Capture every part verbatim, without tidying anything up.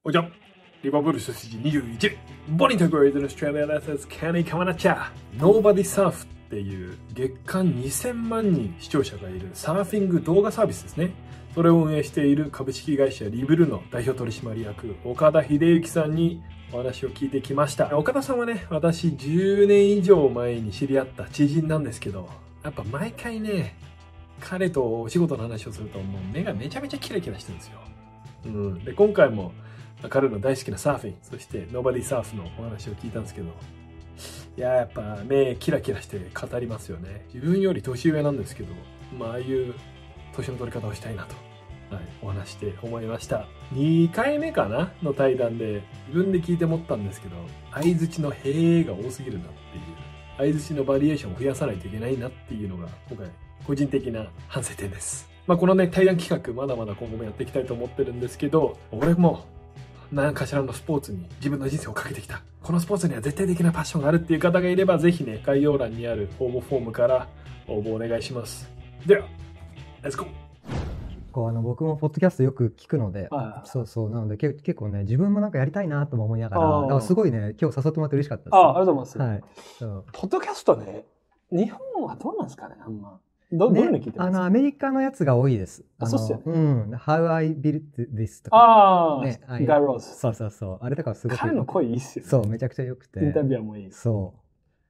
おじゃん、リバプール出身にじゅういち、Born and raised in Australia, that is Kenny Kamanacha. Nobody Surf っていう月間にせんまんにん視聴者がいるサーフィング動画サービスですね。それを運営している株式会社リブルの代表取締役岡田秀幸さんにお話を聞いてきました。岡田さんはね、私じゅうねん以上前に知り合った知人なんですけど、やっぱ毎回ね、彼とお仕事の話をするともう目がめちゃめちゃキラキラしてるんですよ。うん、で今回も彼の大好きなサーフィン、そして Nobody Surf のお話を聞いたんですけど、いややっぱ目キラキラして語りますよね。自分より年上なんですけど、まあああいう年の取り方をしたいなと、はい、お話して思いました。にかいめかなの対談で自分で聞いて思ったんですけど、相づちの「へー」が多すぎるなっていう、相づちのバリエーションを増やさないといけないなっていうのが今回個人的な反省点です。まあこのね対談企画まだまだ今後もやっていきたいと思ってるんですけど、俺も何かしらのスポーツに自分の人生をかけてきた、このスポーツには絶対的なパッションがあるっていう方がいれば、ぜひね概要欄にある応募フォームから応募お願いします。ではレッツゴー。 こうあの僕もポッドキャストよく聞くので、 はい、 そうそうなのでけ結構ね自分もなんかやりたいなとも思いながら、 あーだからすごいね今日誘ってもらって嬉しかったです。 あありがとうございます。 はい。そうポッドキャストね、日本はどうなんですかね、あんま。ど、 ね、 どういうの聞いてますか？ あのアメリカのやつが多いです。 あ、そうっすよね。 うん。How I Built This とか。 ああ、 ね、 ガイ・ローズ。 そうそうそう。あれとかすごく。 彼の声いいっすよね。 そう、めちゃくちゃ良くて。 インタビュアーもいい。 そう。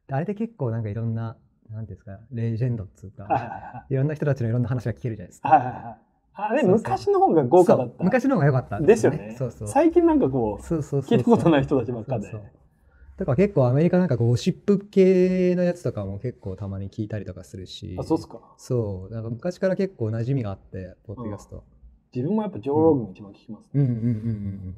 あれで結構なんかいろんな、なんていうんですか、レジェンドっつうか、 はいはいはい。 いろんな人たちのいろんな話が聞けるじゃないですか。 はいはいはい。あれ、昔の方が豪華だった。 昔の方が良かったですよね。 そうそう。 最近なんかこう、 そうそう聞いたことない人たちばっかで。 だから結構アメリカなんかゴシップ系のやつとかも結構たまに聞いたりとかするし。 あ、そうっすか。 そう。なんか昔から結構馴染みがあって、ポッドキャスト。 自分もやっぱジョー・ローグン一番聞きます。 うんうんうんうんうん。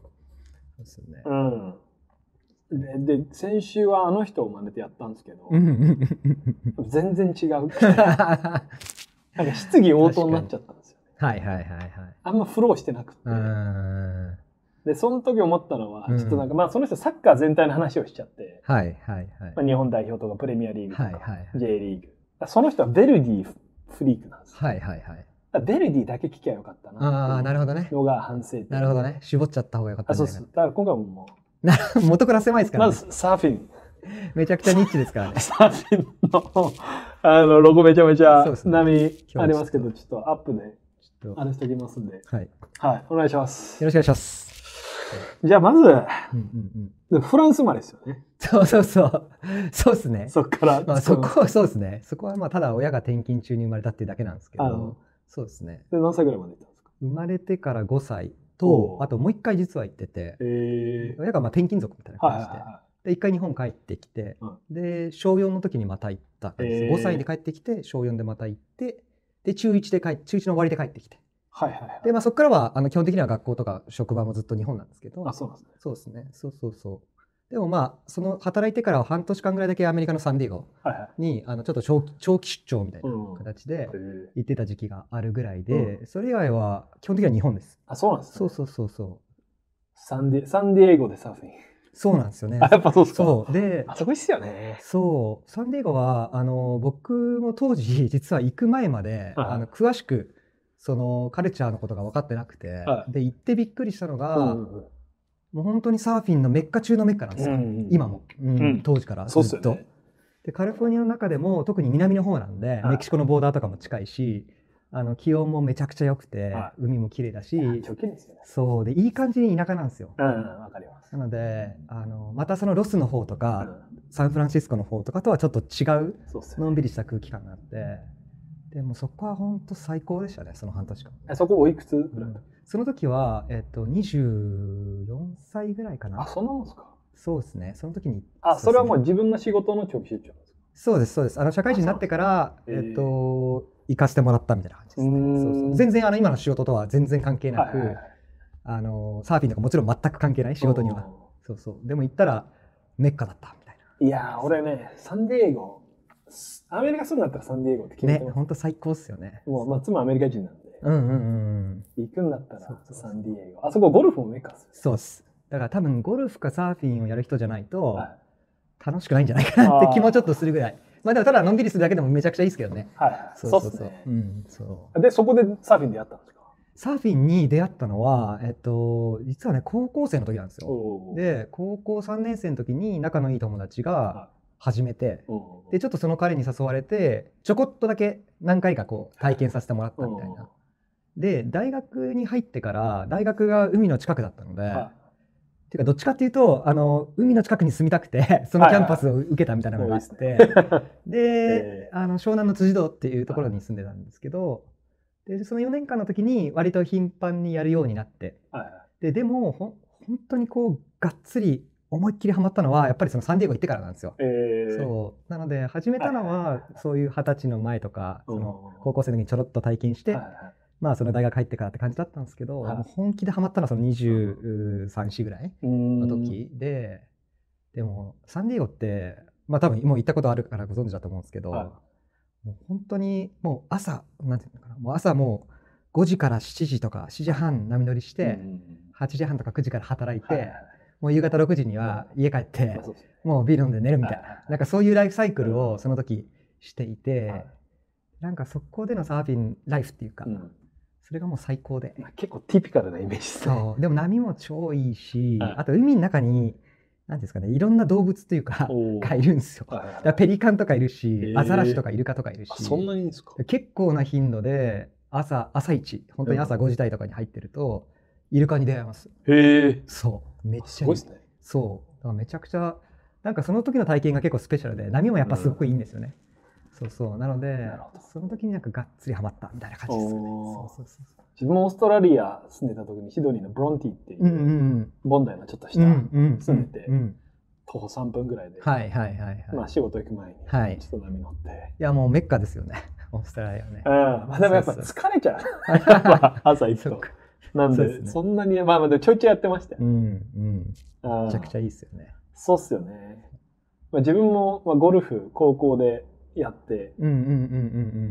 そうですよね。 うん。で、で、先週はあの人を真似てやったんですけど、全然違う。なんか質疑応答になっちゃったんですよね。 はいはいはいはい。 あんまフローしてなくて。で、その時思ったのは、ちょっとなんか、まあその人サッカー全体の話をしちゃって、 はいはいはい。 まあ、日本代表とかプレミアリーグとか、 はいはいはい、 J リーグ。その人はベルディフリークなんですよ。 はいはいはい。 ベルディだけ聞きゃよかったな。 ああ、なるほどね。 のが反省点。 なるほどね。絞っちゃった方がよかったんじゃないかな。 あ、そうです。だから今回ももう。 元から狭いですからね。 まずサーフィン。 めちゃくちゃニッチですからね。 サーフィンの、あの、ロゴめちゃめちゃ波ありますけど、ちょっとアップで、あれしておきますんで。はい。はい。お願いします。 よろしくお願いします。 じゃあまず、フランス生まれですよね。 そうそうそう。そうですね。 そっから。 まあそこはそうですね。そこはまあただ親が転勤中に生まれたっていうだけなんですけど、そうですね。 で、何歳ぐらいまで行ったんですか？ 生まれてからごさいと、あともう一回実は行ってて、親がまあ転勤族みたいな感じで。で、一回日本帰ってきて、で、しょうよんの時にまた行ったんです。ごさいで帰ってきて、しょうよんでまた行って、で、中いちで帰って、中いちの終わりで帰ってきて。 はいはいはい。 で、まあそこからは、あの、基本的には学校とか職場もずっと日本なんですけど。 あ、そうなんですね。 そうですね。そうそうそう。でもまあ、その働いてからは半年間ぐらいだけアメリカのサンディエゴに、あの、ちょっと長期、長期出張みたいな形で行ってた時期があるぐらいで、それ以外は基本的には日本です。 あ、そうなんですね。 そうそうそうそう。 サンディ、サンディエゴでサーフィン。 そうなんですよね。 あ、やっぱそうですか。 そう。で、 あそこいいっすよね。 そう。サンディエゴは、あの、僕も当時、実は行く前まで、あの、詳しく、その、カルチャーのことが分かってなくて、で、行ってびっくりしたのが、もう本当にサーフィンのメッカ中のメッカなんですよ。今も。当時からずっと。で、カリフォルニアの中でも、特に南の方なんで、メキシコのボーダーとかも近いし、あの、気温もめちゃくちゃ良くて、海も綺麗だし、そう。で、いい感じに田舎なんですよ。 うん、わかります。 なので、あの、またそのロスの方とか、サンフランシスコの方とかとはちょっと違う、のんびりした空気感があって、でもそこは本当最高でしたね、その半年間。 そこおいくつぐらい？ その時は、えっと、にじゅうよんさいぐらいかな。 あ、そんなもんですか？ そうですね、その時に。 あ、それはもう自分の仕事の長期出張なんですか？ そうです、そうです。あの、社会人になってから、えっと、行かせてもらったみたいな感じですね。そうそう。全然、あの、今の仕事とは全然関係なく、あの、サーフィンとかもちろん全く関係ない仕事には。そうそう。でも行ったら、メッカだったみたいな。 いやー、俺ね、サンディエゴ、アメリカ住んだったらサンディエゴって決めてます。 ね、ほんと最高っすよね。 もう、まあ、妻アメリカ人なんで。 うんうんうん。 行くんだったらサンディエゴ。あそこゴルフもメッカっすよ。 そうっす。だから多分ゴルフかサーフィンをやる人じゃないと、楽しくないんじゃないかなって気もちょっとするぐらい。まあでもただのんびりするだけでもめちゃくちゃいいですけどね。 はい。そうっすね。 うん、そう。 で、そこでサーフィンでやったんですか？ サーフィンに出会ったのは、えっと、実はね、高校生の時なんですよ。で、高校さんねん生の時に仲のいい友達が始めて、で、ちょっとその彼に誘われて、ちょこっとだけ何回かこう体験させてもらったみたいな。で、大学に入ってから、大学が海の近くだったので、っていうかどっちかっていうと、あの、海の近くに住みたくて、そのキャンパスを受けたみたいなのがあって、で、あの、湘南の辻堂っていうところに住んでたんですけど、でそのよねんかんの時に割と頻繁にやるようになって、はい、ででもほ本当にこうがっつり思いっきりハマったのはやっぱりそのサンディエゴ行ってからなんですよ。えー、そうなので始めたのはそういうはたちの前とかその高校生の時にちょろっと体験して、はい、まあその大学入ってからって感じだったんですけど、はい、もう本気でハマったのはそのにじゅうさん、よんぐらいの時で、でもサンディエゴってまあ多分もう行ったことあるからご存知だと思うんですけど、はい、もう本当にもう朝なんていうのかな、もう朝もうごじからしちじとかしちじはん波乗りして、はちじはんとかくじから働いて、もう夕方ろくじには家帰ってもうビール飲んで寝るみたいな、なんかそういうライフサイクルをその時していて、なんかそこでのサーフィンライフっていうか、それがもう最高で、 結構ティピカルなイメージですね。 そうでも波も超いいし、あと海の中になんですかね、いろんな動物というかがいるんですよ。だからペリカンとかいるし、アザラシとかイルカとかいるし、 そんなにいいんですか？ 結構な頻度で朝朝一、本当に朝ごじ台とかに入ってるとイルカに出会います。 へえ。 そうめっちゃすごいですね。 そうだからめちゃくちゃなんかその時の体験が結構スペシャルで、波もやっぱすごくいいんですよね。うん、そうそうなのでその時になんかがっつりハマったみたいな感じですよね。そうそうそうそう。 自分もオーストラリア住んでた時にシドニーのブロンティっていうボンダイのちょっと下住んでて。徒歩さんぷんぐらいで、 はいはいはいはい。 まあ仕事行く前にちょっと波乗って、はい、 いやもうメッカですよね、オーストラリアはね。 うん、まあでもやっぱ疲れちゃう。朝行くと。なんでそんなにまあまあちょいちょいやってましたよ。 うんうん。めちゃくちゃいいですよね。 そうっすよね。まあ自分もまあゴルフ高校でやって、うんうんうんうんうん。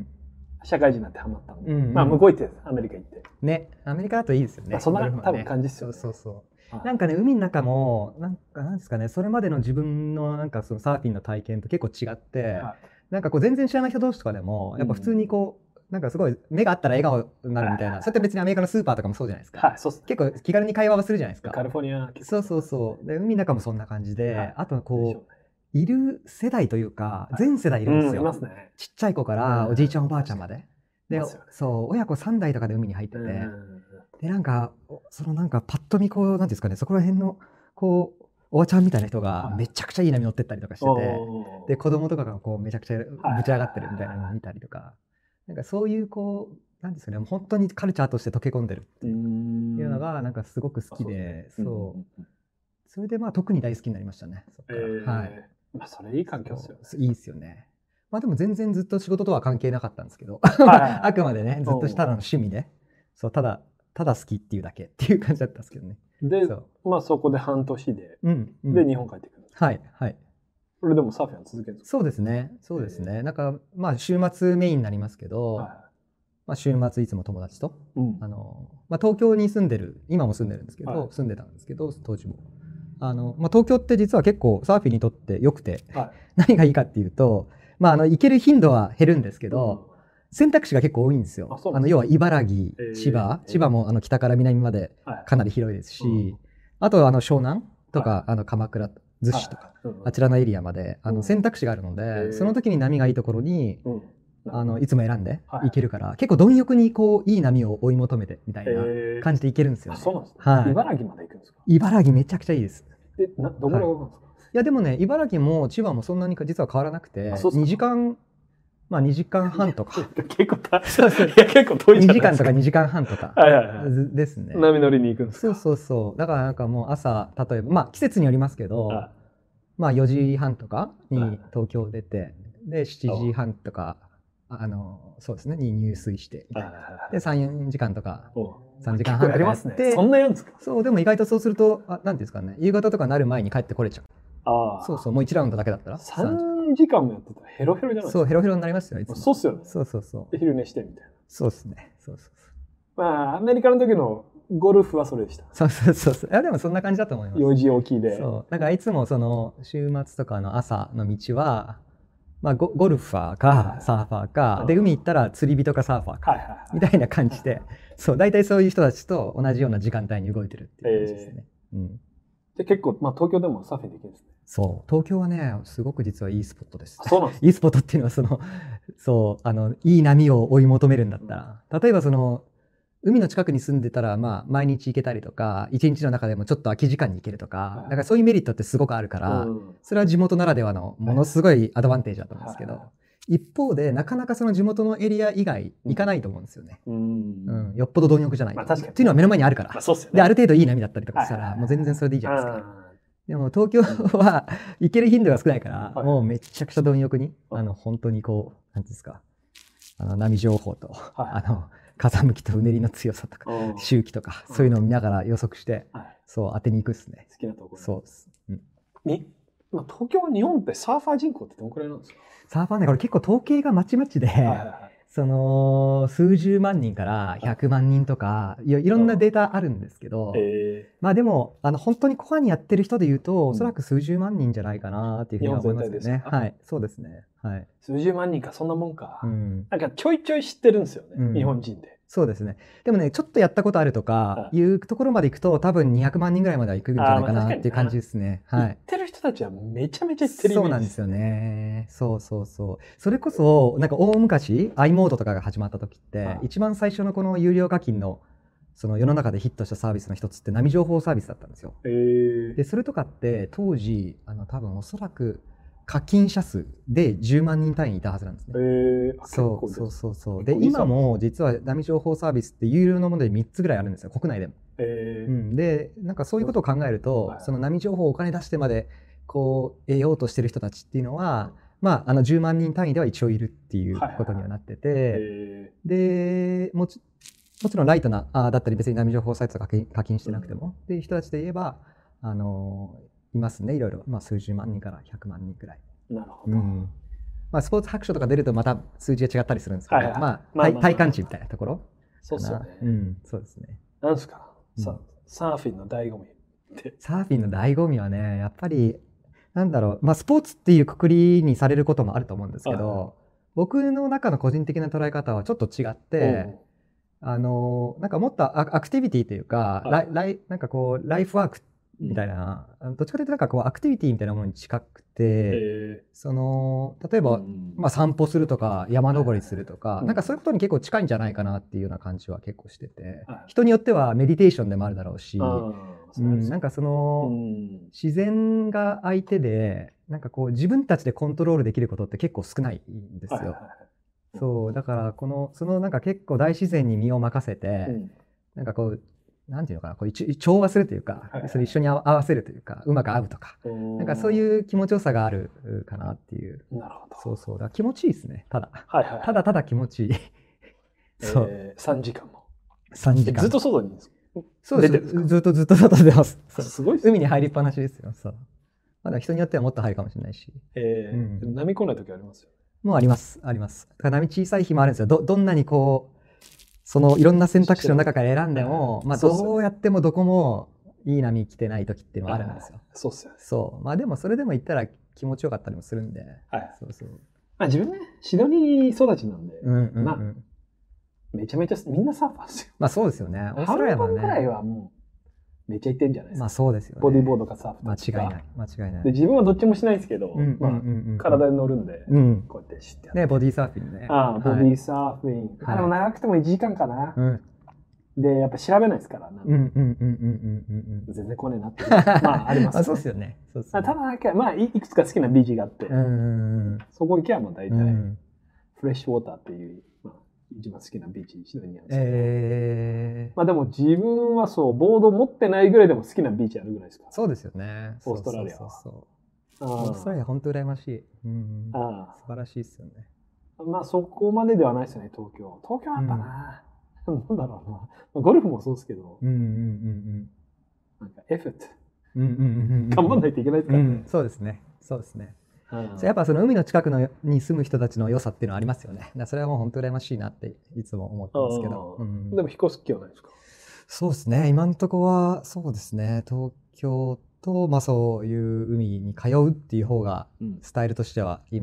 社会人になってハマったんで、まあ向こう行ってアメリカ行って。 ね、アメリカだといいですよね。 そんな多分感じですよね。 そうそうそう。なんかね、海の中もなんかなんですかね、それまでの自分のなんかそのサーフィンの体験と結構違って、はい、なんかこう全然知らない人同士とかでもやっぱ普通にこう、うん、なんかすごい目があったら笑顔になるみたいな、はい、それって別にアメリカのスーパーとかもそうじゃないですか。はい、そうっす。結構気軽に会話をするじゃないですか。 カリフォルニア結構そうそうそう。で海の中もそんな感じで、はい、あとこういる世代というか全世代いるんですよ。 はい、うん、いますね。 ちっちゃい子からおじいちゃんおばあちゃんまで。で、そう親子さんだいとかで海に入ってて。うんでなんかそのなんかパッと見こうなんですかね、そこら辺のこうおばちゃんみたいな人がめちゃくちゃいい波乗ってったりとかしてて、はい、で子供とかがこうめちゃくちゃぶち上がってるみたいなのを見たりとか、なんかそういうこうなんですかね、本当にカルチャーとして溶け込んでるっていうのがなんかすごく好きで、そうそうそれでまあ特に大好きになりましたね。そっから、えー、はい。 まあそれいい環境ですよね。 いいですよね。まあでも全然ずっと仕事とは関係なかったんですけど、あくまでねずっとただの趣味で、そうただただ好きっていうだけっていう感じだったんですけどね。 で、そまあそこで半年で、うんうん、で日本帰ってくるんです。 はいはい。 それでもサーフィンは続けるんですか？ そうですね、そうですね。なんかまあ週末メインになりますけど、はい、まあ週末いつも友達と、うん、あのまあ東京に住んでる、今も住んでるんですけど、はい、住んでたんですけど当時も。あのまあ東京って実は結構サーフィンにとって良くて、はい、何がいいかっていうと、まああの行ける頻度は減るんですけど。うん選択肢が結構多いんですよ。ああの要は茨城、千葉、えー、千葉もあの北から南までかなり広いですし、はいうん、あとはあの湘南とか、はい、あの鎌倉、逗子とか、はい、あちらのエリアまであの選択肢があるので、うん、その時に波がいいところに、うん、あのいつも選んで行けるから、はい、結構貪欲にこういい波を追い求めてみたいな感じで行けるんですよね。 そうなんですね。はい、茨城まで行くんですか？ 茨城めちゃくちゃいいです。 え、などこまで行くんですか？はい、 いやでもね、茨城も千葉もそんなに実は変わらなくて、にじかんまあにじかんはんとか結構たそうそういや結構遠いじゃないですか。にじかんとかにじかんはんとかですね。 波乗りに行くんですか？ そうそうそう。だからなんかもう朝例えばまあ季節によりますけど、あまあよじはんとかに東京出て、でしちじはんとかあのそうですねに入水してみたいな。でさん、よじかんとかさんじかんはんとかやって、 そんなやるんですか？ そうでも意外とそうするとあなんていうんですかね、夕方とかなる前に帰ってこれちゃう。ああそうそうもういちラウンドだけだったらさんじかんもやってたらヘロヘロじゃないですか。 そうヘロヘロになりますよいつも。 そうっすよね。 そうそうそう。 で昼寝してみたいな。 そうですね。そうそうそう。 まあアメリカの時のゴルフはそれでした。 そうそうそうそう。いやでもそんな感じだと思います。 よじ起きで。 そう。だからいつもその週末とかの朝の道はまあ、ゴ, ゴルファーかサーファーか、で海行ったら釣り人かサーファーか、みたいな感じで、そう大体そういう人たちと同じような時間帯に動いてるっていう感じですね。えーうん、 で結構、まあ、東京でもサーフィンできるんですね。 そう東京はねすごく実はいいスポットです。 そうなんですいいスポットっていうのはそのそうあのいい波を追い求めるんだったら、うん、例えばその海の近くに住んでたら、まあ、毎日行けたりとか、一日の中でもちょっと空き時間に行けるとか、だからそういうメリットってすごくあるから、うん、それは地元ならではのものすごいアドバンテージだと思うんですけど、はい、一方でなかなかその地元のエリア以外行かないと思うんですよね。うんうん、よっぽど貪欲じゃないと。まあ、確かにっていうのは目の前にあるから。まあそうっすよね、である程度いい波だったりとかしたら、もう全然それでいいじゃないですか。でも東京は行ける頻度が少ないから、はい、もうめちゃくちゃ貪欲に、あの本当にこう、なんていうんですか、あの波情報と、はい、あの風向きとうねりの強さとか周期とかそういうのを見ながら予測して、はい、そう当てに行くっすね。 好きなところ。 そうです、うん、 に、まあ、東京日本ってサーファー人口ってどのくらいなんですか？ サーファーね、これ結構統計がまちまちで、はいはいはい、その数十万人からひゃくまんにんとか い, いろんなデータあるんですけど、えー、まあでもあの本当にコアにやってる人でいうと、うん、おそらく数十万人じゃないかなっていうふうには思いますよね。はい、そうですね。はい。 数十万人かそんなもんか。うん、なんかちょいちょい知ってるんですよね、うん、日本人で。 そうですね。でもね、ちょっとやったことあるとかいうところまで行くと、多分にひゃくまんにんぐらいまでは行くんじゃないかなっていう感じですね。はい。 行ってる人たちはめちゃめちゃ行ってるイメージですね。 そうなんですよね。そうそうそう。それこそ、なんか大昔、i モードとかが始まった時って、一番最初のこの有料課金の、その世の中でヒットしたサービスの一つって波情報サービスだったんですよ。へー。で、それとかって当時、あの多分おそらく、課金者数でじゅうまんにん単位いたはずなんですね。えー、そうそうそうそう。で、今も実は波情報サービスって有料のものでみっつぐらいあるんですよ、国内でも。えーうん、で、なんかそういうことを考えると、はい、その波情報をお金出してまでこう得ようとしてる人たちっていうのは、まあ、あのじゅうまんにん単位では一応いるっていうことにはなってて、はいはいはい、でもち、もちろんライトなあだったり別に波情報サイトとか課金してなくても、うん、っていう人たちで言えば、あのーいますね、いろいろ、まあ、数十万人からひゃくまんにんくらい。 なるほど。うんまあ、スポーツ白書とか出るとまた数字が違ったりするんですけど、はいはい、まあ、まあまあ、体感値みたいなところ。 そうですね。 うん、そうですね。 なんですか、うん、サーフィンの醍醐味って。 サーフィンの醍醐味はね、やっぱり、なんだろう、まあ、スポーツっていうくくりにされることもあると思うんですけど、はいはい、僕の中の個人的な捉え方はちょっと違って、あの、なんかもっとアクティビティというか、はい、ライなんかこう、ライフワークみたいな、うん、どっちかというとなんかこうアクティビティみたいなものに近くて、その例えば、うん、まあ、散歩するとか山登りするとか、うん、なんかそういうことに結構近いんじゃないかなっていうような感じは結構してて、うん、人によってはメディテーションでもあるだろうし、うん、なんかその、うん、自然が相手でなんかこう自分たちでコントロールできることって結構少ないんですよ。はいはいはい、そうだからこのそのなんか結構大自然に身を任せて、うん、なんかこうなんていうのかな、こう調和するというか、はいはい、それ一緒に合わせるというか、うまく合うとか、なんかそういう気持ちよさがあるかなっていう。 なるほど。 そうそう。だ気持ちいいですね、ただ。 はいはいはい、 ただただ気持ちいい。 そう、えー。さんじかんも。 さんじかん。 ずっと外にそうです。ずっとずっと外出ます。 すごいっすね。 海に入りっぱなしですよ。そう。まだ人によってはもっと入るかもしれないし。 えーうん、波来ない時ありますよね。 もうあります、あります。だから波小さい日もあるんですよ。ど、どんなにこう、そのいろんな選択肢の中から選んでも、まあどうやってもどこもいい波来てない時っていうのはあるんですよ。 そうっすよね。 そう。まあでもそれでも言ったら気持ちよかったりもするんで。はい。そうそう。 まあ自分ね、シドニー育ちなんで、うんうんうん、まあめちゃめちゃみんなサーファーですよ。 まあそうですよね。オーストラリアはね。 半分ぐらいはもうめっちゃ行ってんじゃないですか。 まあそうですよね。 ボディーボードかサーフとか。 間違いない。間違いない。 で自分はどっちもしないですけど、まあ体に乗るんで、うん、こうやって知ってやる。 ね、ボディーサーフィンね。 ああ、ボディーサーフィン。はい、でも長くてもいちじかんかな。うんで、やっぱ調べないですから。うんうんうんうんうんうん。全然来ねえなって。まあ、あります、ね。 あ、そうですよね。そうですね。 ただだけ、まあ、いくつか好きなビーチがあって、うんそこ行けばもう大体、うん、フレッシュウォーターっていう、まあ、一番好きなビーチ、シドニーなんですけど。えー、まあでも自分はそう、ボード持ってないぐらいでも好きなビーチあるぐらいですか。 そうですよね。 オーストラリアは。 そうそうそう。オーストラリア本当羨ましい。うん、あ素晴らしいですよね。 まあそこまでではないですよね、東京。東京はやっぱな、うんなんだろうな。ゴルフもそうですけど。うんうんうんうん。なんか、エフェット。うんうんうん。頑張んないといけないですからね、うん。そうですね。そうですね。やっぱその海の近くのに住む人たちの良さっていうのはありますよね。それはもう本当羨ましいなっていつも思ってますけど。 うん、でも引っ越す気はないですか？ そうですね。今のところはそうですね。東京と、まあそういう海に通うっていう方がスタイルとしては今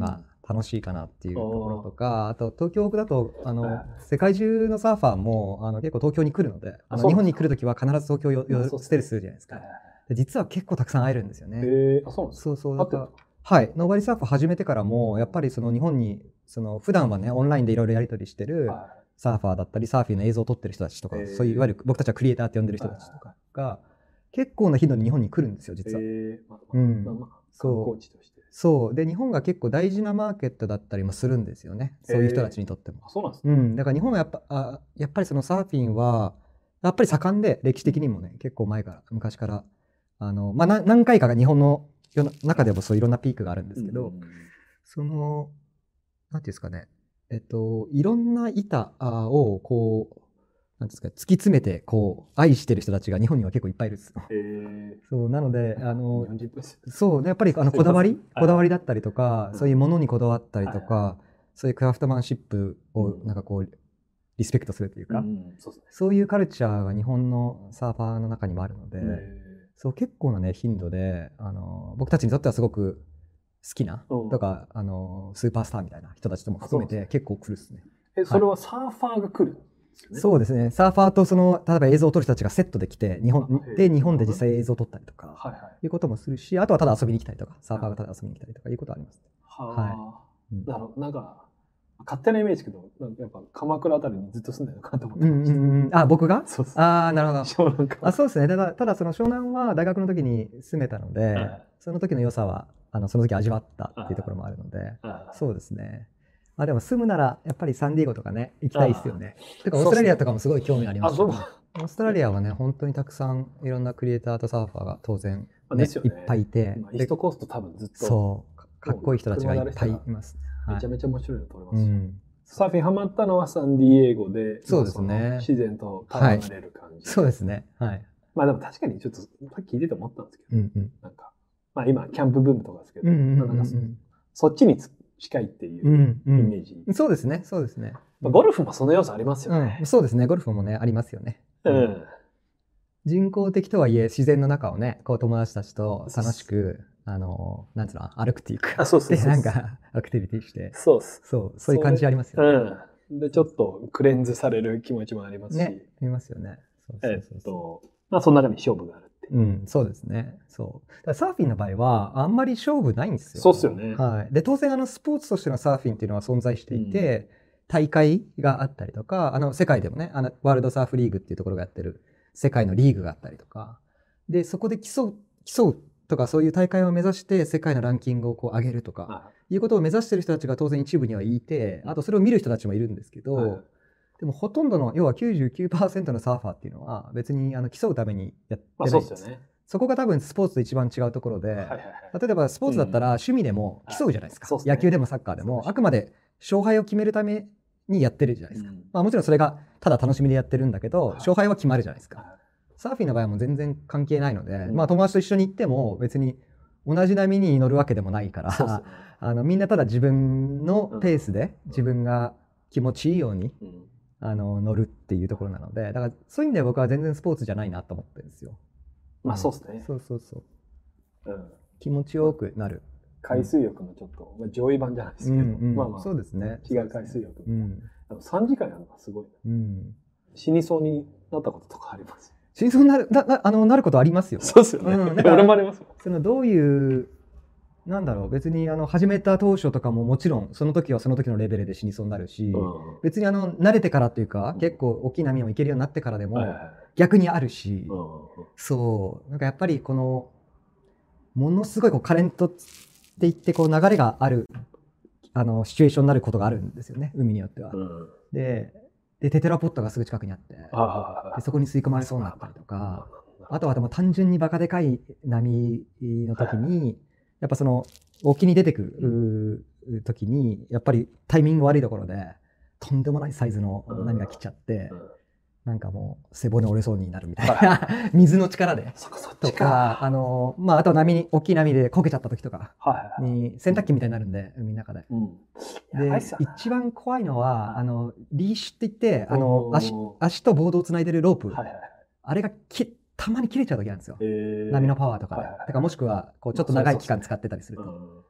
楽しいかなっていうところとか、あと東京だとあの世界中のサーファーもあの結構東京に来るので、あの日本に来るときは必ず東京をステルするじゃないですか。で実は結構たくさん会えるんですよね。 へー、あ、そうなんですか。 そうそう。だからはい、ノーバディサーファー始めてからもやっぱりその日本にその普段はねオンラインでいろいろやり取りしてるサーファーだったりサーフィンの映像を撮ってる人たちとか、そういういわゆる僕たちはクリエイターって呼んでる人たちとかが結構な頻度に日本に来るんですよ実は。うん。そう。そうで日本が結構大事なマーケットだったりもするんですよね。そういう人たちにとっても。 あ、そうなんですね。 うん。だから日本はやっぱあやっぱりそのサーフィンはやっぱり盛んで歴史的にもね結構前から昔からあのまあ何回かが日本の中でもそういろんなピークがあるんですけど、うん、そのなんていうんですかね、えっといろんな板をこうなんですか突き詰めてこう愛してる人たちが日本には結構いっぱいいるんですよ。 えー、 そうなのであのそうやっぱりあのこだわりこだわりだったりとか、そういうものにこだわったりとか、そういうクラフトマンシップをなんかこうリスペクトするというか、うん、そうですね、そういうカルチャーが日本のサーファーの中にもあるので。そう結構なね頻度であの僕たちにとってはすごく好きなとかあのスーパースターみたいな人たちとも含めて結構来るっすね。 え、それはサーファーが来るんですよね。 そうですね。サーファーとその例えば映像を撮る人たちがセットで来て日本で日本で実際映像を撮ったりとか、はいはい、いうこともするし、あとはただ遊びに来たりとかサーファーがただ遊びに来たりとかいうことあります、ね。 は、はい。うん、なるほど。なんか勝手なイメージけど、やっぱ鎌倉あたりにずっと住んでるのかなと思ってました。うんうんうん、あ、 僕が？ そうそう。 ああ、なるほど。湘南か。あ、そうですね。ただ、ただその湘南は大学の時に住めたので、はい、その時の良さはあのその時味わったっていうところもあるので、そうですね。まあでも住むならやっぱりサンディエゴとかね行きたいですよね。てかオーストラリアとかもすごい興味あります、ね。オーストラリアはね本当にたくさんいろんなクリエイターとサーファーが当然、ねね、いっぱいいて、 イーストコースト多分ずっとそうかっこいい人たちがいっぱいいます、 ね。めちゃめちゃ面白いの撮れますし、うん、サーフィンハマったのはサンディエゴで、 そうですね。 自然と戯れる感じ、 はい。そうですね。はい。 まあでも確かにちょっとさっき聞いてて思ったんですけど、うんうん、なんかまあ今キャンプブームとかですけど、なんかそっちに近いっていうイメージ。 うんうん、そうですね。そうですね。 まあ、ゴルフもその要素ありますよね、 うん。そうですね。ゴルフもねありますよね。 うん。うん、 人工的とはいえ自然の中をねこう友達たちと楽しく。あのなんつうの歩くっていうか、 あ、そうそうそうそう、 でなんかアクティビティして、 そうそうそういう感じありますよね。 うん、でちょっとクレンズされる気持ちもありますし、 ね、ありますよね。 そうそうそうそう、えっとまあその中に勝負があるっていう。 うん、そうですね。そう。だからサーフィンの場合はあんまり勝負ないんですよ。 そうですよね。 はい。で当然あのスポーツとしてのサーフィンっていうのは存在していて、うん、大会があったりとか、あの世界でもね、あのワールドサーフリーグっていうところがやってる世界のリーグがあったりとか、でそこで競う競うとかそういう大会を目指して世界のランキングをこう上げるとかいうことを目指している人たちが当然一部にはいて、あとそれを見る人たちもいるんですけど、はい、でもほとんどの要は きゅうじゅうきゅうパーセント のサーファーっていうのは別にあの競うためにやってないんです。まあそうですよね。そこが多分スポーツと一番違うところで、はいはいはい、例えばスポーツだったら趣味でも競うじゃないですか、うん、野球でもサッカーでもあくまで勝敗を決めるためにやってるじゃないですか、うん、まあ、もちろんそれがただ楽しみでやってるんだけど、はい、勝敗は決まるじゃないですか、はい、サーフィンの場合はもう全然関係ないので、うん、まあ友達と一緒に行っても別に同じ波に乗るわけでもないから、ね、あのみんなただ自分のペースで自分が気持ちいいように、うん、あの乗るっていうところなので、だからそういう意味では僕は全然スポーツじゃないなと思ってるんですよ。 まあそうですね。 そうそうそう、うん、気持ちよくなる。 海水浴のちょっと、まあ、上位版じゃないですけど、うんうん、まあまあそうですね。 違う海水浴、うん、あのさんじかんやるのがすごい、うん、死にそうになったこととかあります。 死にそうになるななあのなることありますよ。 そうですよね。うん、俺もあります。 そのどういうなんだろう、別にあの始めた当初とかももちろんその時はその時のレベルで死にそうになるし、うん、別にあの慣れてからというか、うん、結構大きな波も行けるようになってからでも逆にあるし、うん、そうなんかやっぱりこのものすごいこうカレントっていってこう流れがあるあのシチュエーションになることがあるんですよね、海によっては。うん、で, でテトラポットがすぐ近くにあってでそこに吸い込まれそうになったりとか、あとはでも単純にバカでかい波の時にやっぱその沖に出てくる時にやっぱりタイミング悪いところでとんでもないサイズの波が来ちゃって、うん、なんかもう背骨折れそうになるみたいな、はい、水の力でとか、あのまああとは波に大きい波でこけちゃった時とかに洗濯機みたいになるんで海の中で、うん、で一番怖いのはあのリーシュって言ってあの 足, 足とボードをつないでるロープ、はいはいはい、あれがきたまに切れちゃう時あるんですよ、えー、波のパワーとかで、はいはいはい、だからもしくはこうちょっと長い期間使ってたりすると、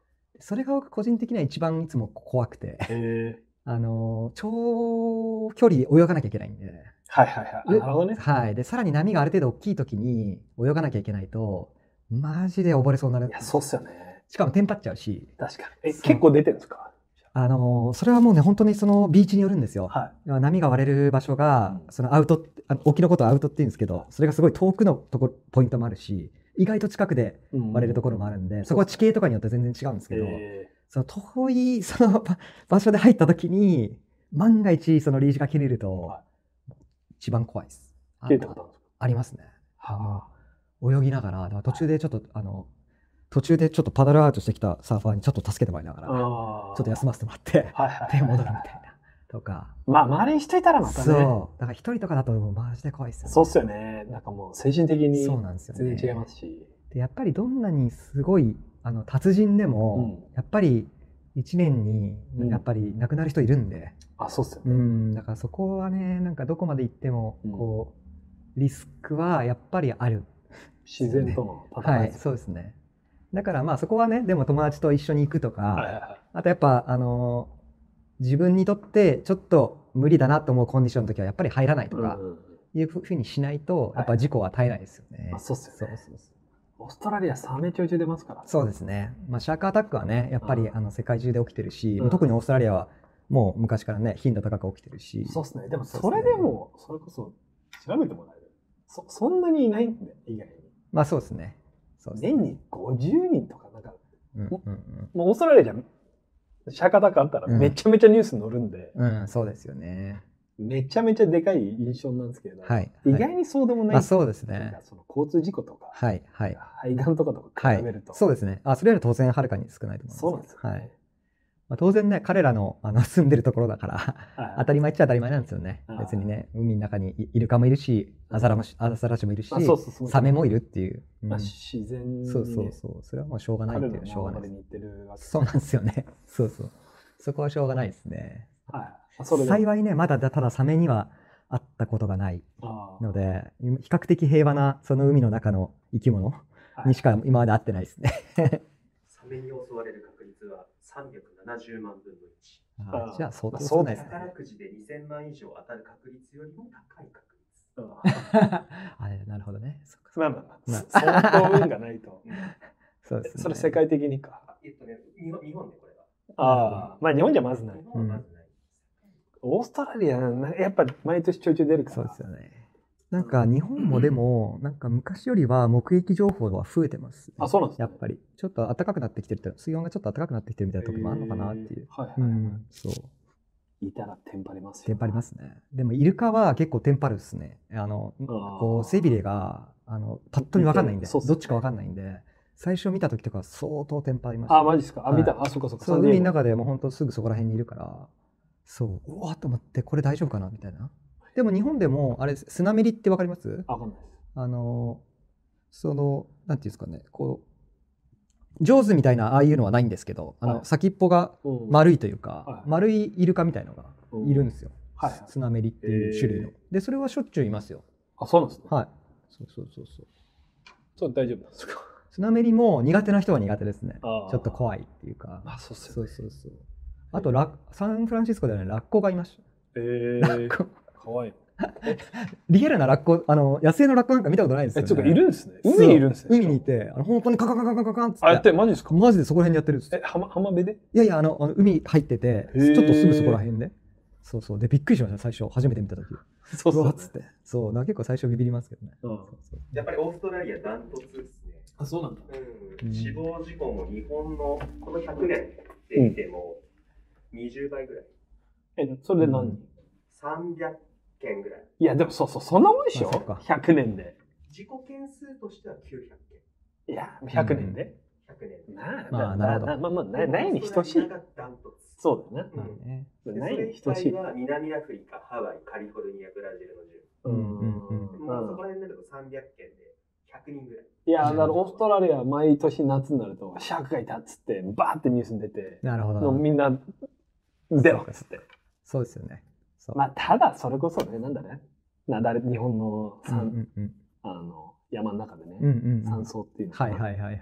それが僕個人的には一番いつも怖くて、 えあの長距離泳がなきゃいけないんで、 はいはいはい。なるほどね。 はい。で、さらに波がある程度大きい時に泳がなきゃいけないと、マジで溺れそうになる。 いや、そうっすよね。 しかもテンパっちゃうし。 確かに。え、結構出てるんですか？ あのそれはもうね、本当にそのビーチによるんですよ。はい、波が割れる場所が、そのアウト、沖のことをアウトって言うんですけど、それがすごい遠くのところ、ポイントもあるし、意外と近くで割れるところもあるんで、うん、そこは地形とかによって全然違うんですけど、えー、その遠いその場所で入った時に、万が一そのリーチが切れると、一番怖いです。 切れたことあるんですか？ ありますね。はあ、泳ぎながら、だから途中でちょっと、あの、途中でちょっとパドルアウトしてきたサーファーにちょっと助けてもらいながら、ちょっと休ませてもらって、手戻るみたいな。とか。 まあ、周りに人いたらまたね。 そう。だから一人とかだとマジで怖いですよね。 そうっすよね。なんかもう精神的に全然違いますし。 で、やっぱりどんなにすごい、あの、達人でも、うん、やっぱりいちねんに、やっぱり亡くなる人いるんで。 うん、あ、そうっすよね。 うん。だからそこはね、なんかどこまで行っても、こう、リスクはやっぱりある。 自然との戦い、 はい、そうですね。だからまあそこはね、でも友達と一緒に行くとか、はいはいはい、あとやっぱあの自分にとってちょっと無理だなと思うコンディションの時はやっぱり入らないとかいうふうにしないとやっぱ事故は絶えないですよね。 はい、そうっすよね。そうそうそう。オーストラリアサメちょいちょい出ますから、ね。 そうですね。まあシャークアタックはねやっぱりあの世界中で起きてるし、うん、特にオーストラリアはもう昔からね頻度高く起きてるし。 そうですね。でもそれでもそれこそ調べてもらえる。そそんなにいないんで意外に。 まあそうですね。 そうですね。年にごじゅうにんとかなんか。うんうんうん、もうオーストラリアじゃシャークアタックあったらめちゃめちゃニュース載るんで、 うん、うん、そうですよね。 めちゃめちゃでかい印象なんですけれど、はい、意外にそうでもない。 あ、そうですね。 その交通事故とか、 はいはい、 肺がんとかとか比べると、 はい、そうですね。あ、それより当然はるかに少ないと思います。 そうなんですよ、ね。 はい。まあ、当然ね、彼らのあの住んでるところだから、はい、当たり前っちゃ当たり前なんですよね。別にね、海の中にイルカもいるし、アザラシアザラシもいるし、サメもいるっていう。 うん、まあ、自然に、ね、 そうそうそう。それはもうしょうがないっていうしょうがない。 に行ってるわけそうなんですよね。そうそう。そこはしょうがないですね。 はい。 それ幸いね、まだただサメには会ったことがないので、比較的平和なその海の中の生き物にしか今まで会ってないですね。 サメに襲われる確率はさんびゃくななじゅうまんぶんのいち。 ああ、じゃあ相当少ないですね。 宝くじでにせんまん以上当たる確率よりも高い確率。 あれ、なるほどね。 まあまあまあ、相当運がないと。 そうですね。 それ世界的にか。 えっとね、日本でこれは。 ああ、まあ日本じゃまずない。 日本はまずない。 オーストラリア、やっぱ毎年ちょいちょい出るから。 そうですよね。なんか日本もでも、なんか昔よりは目撃情報は増えてます、ね。 あ、そうなんですね。やっぱり。ちょっと暖かくなってきてるって、水温がちょっと暖かくなってきてるみたいなところもあるのかなっていう。 はいはい、はい。うん、 そう。 いたらテンパりますよ。 テンパりますね。でもイルカは結構テンパるですね。あの、こう背びれが、あの、パッと見わかんないんで、どっちかわかんないんで、最初見た時とか相当テンパりました。 あ、マジですか。あ、見た。あ、そっかそっか。 そう、海の中でもう本当すぐそこら辺にいるから、そう、うわっと思って、これ大丈夫かなみたいな。でも日本でも、あれ、スナメリってわかります？ わかんないです。 あの、その、なんていうんですかね、こう、上手みたいなああいうのはないんですけど、あの、先っぽが丸いというか、丸いイルカみたいのがいるんですよ。はい。スナメリっていう種類の。で、それはしょっちゅういますよ。 あ、そうなんですね。 はい。そうそうそうそう。 そう、大丈夫なんですか？ スナメリも苦手な人は苦手ですね。ちょっと怖いっていうか。 あ、そうっすよね。そうそうそう。あとラ、サンフランシスコではね、ラッコがいました。 えー、かわいい。 リアルなラッコ、あの、野生のラッコなんか見たことないですよね。 え、ちょっといるんですね。海にいるんですね。 海にいて、あの本当にカカカカカカカンって。 あ、やってマジですか？ マジでそこら辺にやってるんです。 え、浜浜辺で？ いやいや、あの、あの海入ってて、ちょっとすぐそこら辺で。そうそう。で、びっくりしました、最初。初めて見たとき。 そうそう。 っつって。そう。だ結構最初ビビりますけどね。 やっぱりオーストラリアダントツですね。 あ、そうなんだ。 うん。死亡事故も日本のこのひゃくねんで見てもにじゅうばいぐらい。 え、それで何人？ さんびゃっけんぐらい。 いや、でもそうそう、そんなもんでしょ？ひゃくねんで。 事故件数としてはきゅうひゃっけん。 いや、ひゃくねんで？ ひゃくねん。 なあ、まあ、なるほど。まあまあ、ないに等しい。そうだよね。 ないに等しい。は南アフリカ、ハワイ、カリフォルニア、ブラジルの順。うんうんうん。まあ、そこら辺になるとさんびゃっけんでひゃくにんぐらい。 いや、だからオーストラリアは毎年夏になると、シャークがいたっつって、バーってニュースに出て、 なるほど。 みんな、出ろっつって。 そうですよね。 まあ、ただ、それこそね、なんだね。なだれ、日本の山、あの、山の中でね、山荘っていうのはいはいはいはい。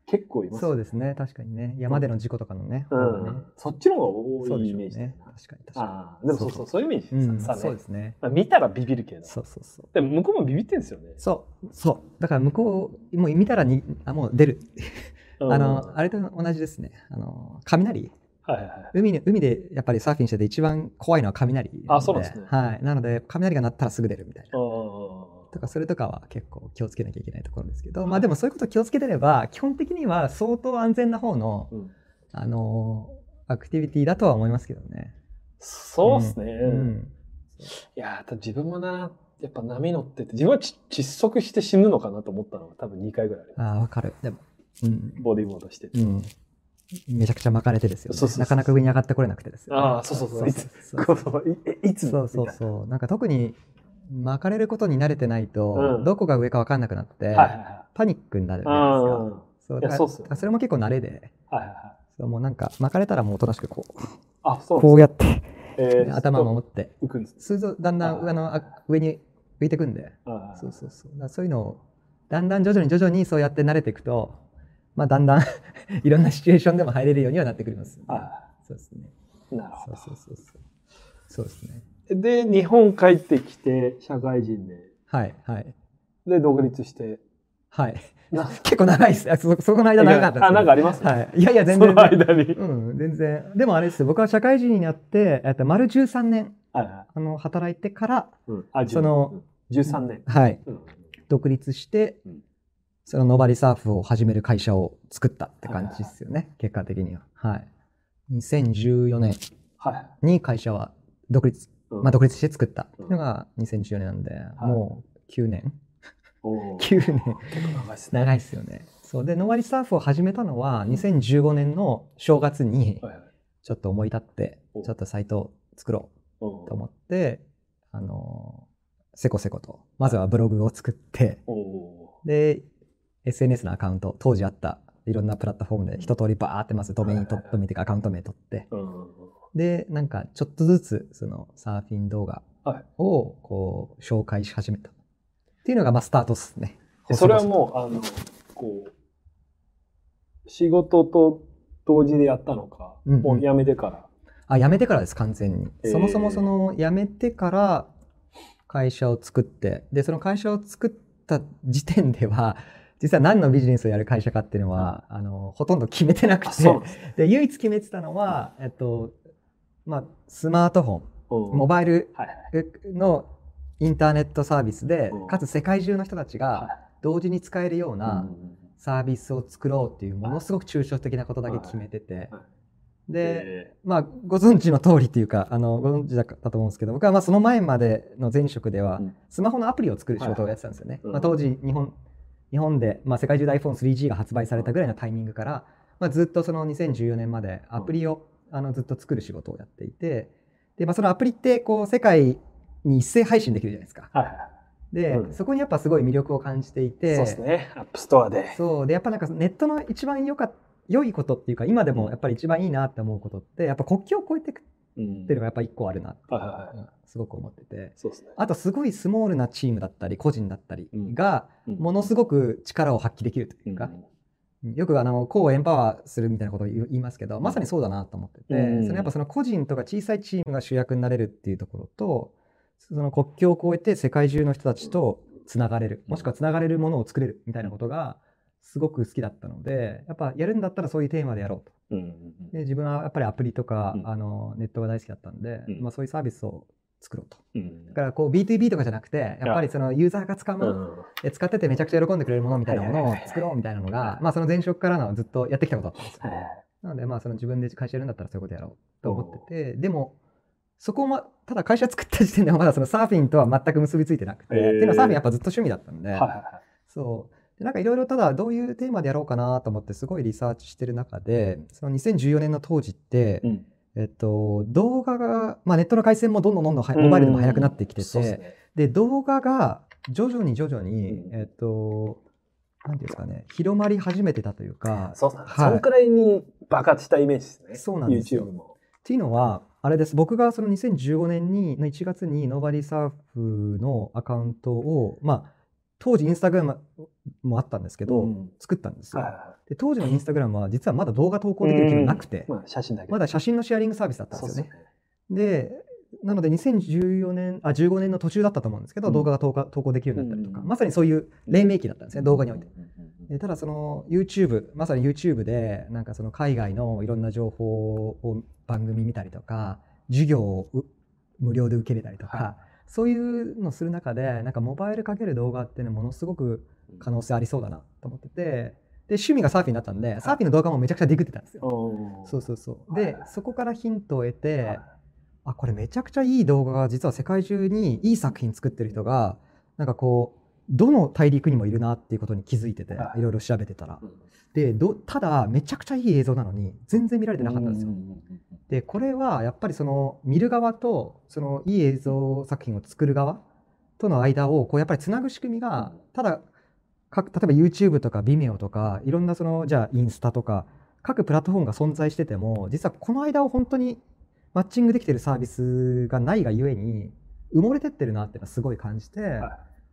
結構います、ね、 そうですね、確かにね。山での事故とかのね。 うんね、 そっちの方が多いイメージね。確かに確かに。 あでもそうそう、そういうイメージですさ、 うん、そうですね。 まあ、見たらビビるけど。 そうそうそう。 でも向こうもビビってんですよね。 そう、そう。だから向こう、もう見たらにあもう出る。あの、あれと同じですね。あの、雷。はいはいはい、海, 海でやっぱりサーフィンしてて一番怖いのは雷なので。 あ、そうなんですね。 はい。なので、雷が鳴ったらすぐ出るみたいな。とかそれとかは結構気をつけなきゃいけないところですけど、まあでもそういうこと気をつけてれば基本的には相当安全な方の、うん、あのアクティビティだとは思いますけどね。 そうですね。うんうん、いや自分もなやっぱ波乗ってて自分は窒息して死ぬのかなと思ったのが多分にかいぐらいあります。 ああわかる。でも、うん、 ボディーボードしてて、うん、 めちゃくちゃ巻かれてですよね。そうそうそうそう、なかなか上に上がってこれなくてですよ、ね。ああそうそうそう。いついつそうそうそう。なんか特に巻かれることに慣れてないと、うん、どこが上か分かんなくなって、はいはいはい、パニックになるじゃないですか。そうだからそうそれも結構慣れで、はいはいはい、そうもうなんか巻かれたらもうおとなしくこう、あそうこうやって、えー、頭を守って浮くんです。するとだんだん上の上に浮いてくんで、そうそうそう。だそういうのをだんだん徐々に徐々にそうやって慣れていくと、まあだんだんいろんなシチュエーションでも入れるようにはなってくります、ね。あそうですね。 なるほど。 そうそうそうそう。そうですね。 で日本帰ってきて社会人で、 はいはい。 で独立して、 はい。結構長いです。そそこの間長かったです。 あなんかあります、 はい。いやいや全然、 その間に、 うん全然。でもあれですよ。僕は社会人になってえっと丸じゅうさんねん、はいはい、あの働いてから、うん、あそのじゅうさんねん、 はい、うん、独立して、うん、そのノバリサーフを始める会社を作ったって感じですよね。はいはい、結果的には。はい。にせんじゅうよねんに会社は独立。まあ、独立して作ったっていうのがにせんじゅうよねんなんで、うん、もうきゅうねんきゅうねん結構長いですね。長いですよね。そうでノバリサーフを始めたのはにせんじゅうごねんの正月にちょっと思い立ってちょっとサイトを作ろうと思ってあのせこせことまずはブログを作ってで エスエヌエス のアカウント当時あったいろんなプラットフォームで一通りバーってまずドメインドメインというかアカウント名取ってでなんかちょっとずつそのサーフィン動画をこう紹介し始めたっていうのがまあスタートですね。 それはもうあのこう仕事と同時でやったのか、うんうん、もう辞めてから。 あ辞めてからです完全に、えー、そもそもその辞めてから会社を作ってでその会社を作った時点では実は何のビジネスをやる会社かっていうのは、うん、あのほとんど決めてなくてで唯一決めてたのは、えっとまあ、スマートフォン、モバイルのインターネットサービスで、かつ世界中の人たちが同時に使えるようなサービスを作ろうっていうものすごく抽象的なことだけ決めてて、で、まあご存知の通りっていうか、あのご存知だったと思うんですけど、僕はまあその前までの前職ではスマホのアプリを作る仕事をやってたんですよね。まあ、当時日本日本で、まあ、世界中で アイフォンスリージー が発売されたぐらいのタイミングから、まあ、ずっとそのにせんじゅうよねんまでアプリをあのずっと作る仕事をやっていて、で、まあ、そのアプリってこう世界に一斉配信できるじゃないですか。はいはい、で、うん、そこにやっぱすごい魅力を感じていて、 そうですね、アップストアで。 そうでやっぱなんかネットの一番良か良いことっていうか今でもやっぱり一番いいなって思うことってやっぱ国境を越えていくっていうのがやっぱ一個あるなって、うん、すごく思ってて、そうですね、あとすごいスモールなチームだったり個人だったりがものすごく力を発揮できるというか、うん、よくあの個をエンパワーするみたいなことを言いますけどまさにそうだなと思ってて、うん、そのやっぱその個人とか小さいチームが主役になれるっていうところとその国境を越えて世界中の人たちとつながれるもしくはつながれるものを作れるみたいなことがすごく好きだったのでやっぱやるんだったらそういうテーマでやろうと、うん、で自分はやっぱりアプリとか、うん、あのネットが大好きだったんで、うんまあ、そういうサービスを作ろうと、うん、だからこう ビーツービー とかじゃなくてやっぱりそのユーザーが使うもの、うん、使っててめちゃくちゃ喜んでくれるものみたいなものを作ろうみたいなのが、まあ、その前職からのずっとやってきたことだったんですよ、はい、なのでまあその自分で会社やるんだったらそういうことやろうと思っててでもそこもただ会社作った時点ではまだそのサーフィンとは全く結びついてなくて、えー、っていうのはサーフィンやっぱずっと趣味だったんで、はいはいはい、そうでなんかいろいろただどういうテーマでやろうかなと思ってすごいリサーチしてる中でそのにせんじゅうよねんの当時って、うんえっと、動画が、まあ、ネットの回線もどんどんどんどんモバイルでも速くなってきてて、ね、で動画が徐々に徐々に、うんえっと、なんていうんですかね広まり始めてたというかそうそう、はい、そのくらいに爆発したイメージですね。 そうなんですよ YouTube もっていうのはあれです僕がそのにせんじゅうごねんにのいちがつにノーバディサーフのアカウントをまあ当時インスタグラムもあったんですけど、うん、作ったんですよ。で当時のインスタグラムは実はまだ動画投稿できる機能なくて、 まあ、写真だけまだ写真のシェアリングサービスだったんですよね。でなのでにせんじゅうよねんあじゅうごねんの途中だったと思うんですけど、うん、動画が投稿、投稿できるようになったりとか、うん、まさにそういう黎明期だったんですね、動画において。でただその YouTube まさに YouTube でなんかその海外のいろんな情報を番組見たりとか、授業を無料で受けれたりとか、はい、そういうのをする中でなんかモバイルかける動画っていうのはものすごく可能性ありそうだなと思ってて、で趣味がサーフィンだったんでサーフィンの動画もめちゃくちゃディグってたんですよ。そうそうそうでそこからヒントを得て、あこれめちゃくちゃいい動画が実は世界中にいい作品作ってる人がなんかこうどの大陸にもいるなっていうことに気づいてて、いろいろ調べてたら、でどただめちゃくちゃいい映像なのに全然見られてなかったんですよ。でこれはやっぱりその見る側とそのいい映像作品を作る側との間をこうやっぱりつなぐ仕組みが、ただか例えば YouTube とか Vimeo とかいろんなそのじゃあインスタとか各プラットフォームが存在してても、実はこの間を本当にマッチングできてるサービスがないがゆえに埋もれてってるなっていうのはすごい感じて、はい、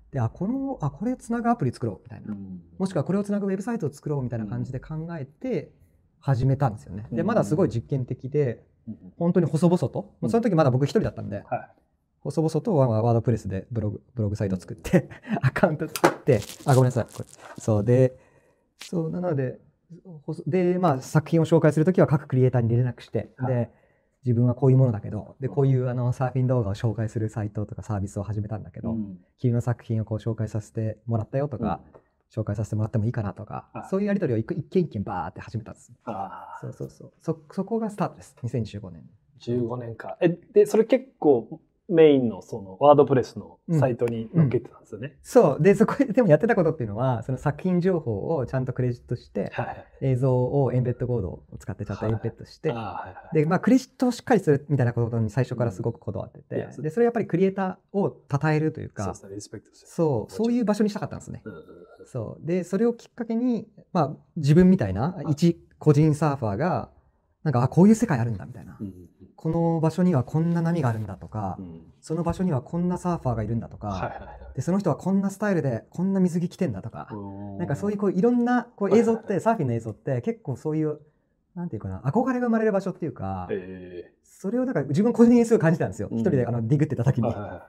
であこのあこれをつなぐアプリ作ろうみたいな、うん、もしくはこれをつなぐウェブサイトを作ろうみたいな感じで考えて始めたんですよね。でまだすごい実験的で、うん、本当に細々と、うん、その時まだ僕一人だったんで、はい、細々とワードプレスでブログブログサイト作ってアカウント作ってあごめんなさいこれそうでそうなのでで、まあ、作品を紹介するときは各クリエイターに連絡して、はい、で自分はこういうものだけどでこういうあのサーフィン動画を紹介するサイトとかサービスを始めたんだけど、うん、君の作品をこう紹介させてもらったよとか、うん、紹介させてもらってもいいかなとか、そういうやり取りを一件一件バーって始めたんです。あそうそうそう そ, そこがスタートです。にせんじゅうごねん。 じゅうごねんか。えでそれ結構メインのそのワードプレスのサイトに載っけてたんですよね。うんうん、 そうでそこででもやってたことっていうのはその作品情報をちゃんとクレジットして、はい、映像をエンベッドコードを使ってちゃんとエンベッドして、はいでまあ、クレジットをしっかりするみたいなことに最初からすごくこだわってて、うん、でそれやっぱりクリエイターを称えるというかそう、そうそういう場所にしたかったんですね。うん、そうでそれをきっかけに、まあ、自分みたいな一個人サーファーがなんかあこういう世界あるんだみたいな、うん、この場所にはこんな波があるんだとか、うん、その場所にはこんなサーファーがいるんだとか、はいはいはい、でその人はこんなスタイルでこんな水着着てんだとか、なんかそういうこういろんなこう映像って、はいはい、サーフィンの映像って結構そういうなんていうかな憧れが生まれる場所っていうか、えー、それをなんか自分個人的にすごい感じたんですよ、うん、一人であのディグってた時に、はいはいはい、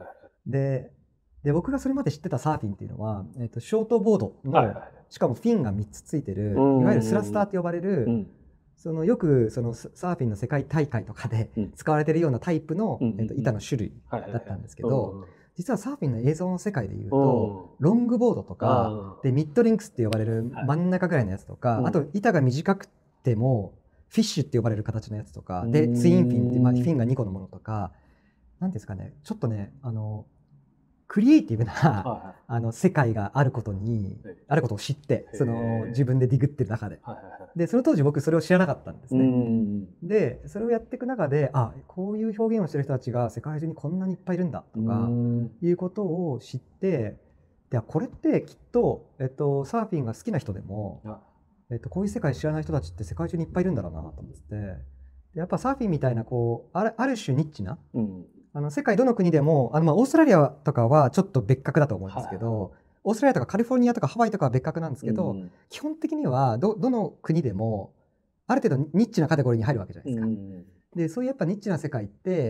で, で僕がそれまで知ってたサーフィンっていうのは、えー、とショートボードの、はいはい、しかもフィンがみっつついてる、いわゆるスラスターって呼ばれる、うん、そのよくそのサーフィンの世界大会とかで使われているようなタイプの、うんえー、と板の種類だったんですけど、実はサーフィンの映像の世界でいうと、ロングボードとかでミッドリンクスって呼ばれる真ん中ぐらいのやつとか、あと板が短くてもフィッシュって呼ばれる形のやつとかでツインフィンって、まあ、フィンがにこのものとか、なんですかね、ちょっとねあのクリエイティブな、はい、あの世界があることに、はい、あることを知ってその自分でディグってる中で、はい、でその当時僕それを知らなかったんですね。でそれをやっていく中であこういう表現をしてる人たちが世界中にこんなにいっぱいいるんだとかいうことを知って、でこれってきっと、えっと、サーフィンが好きな人でも、えっと、こういう世界知らない人たちって世界中にいっぱいいるんだろうなと思って、でやっぱサーフィンみたいなこうある、ある種ニッチな、うんあの世界どの国でもあのまあオーストラリアとかはちょっと別格だと思うんですけど、はい、オーストラリアとかカリフォルニアとかハワイとかは別格なんですけど、うん、基本的には ど, どの国でもある程度ニッチなカテゴリーに入るわけじゃないですか。うん、でそういうやっぱニッチな世界って、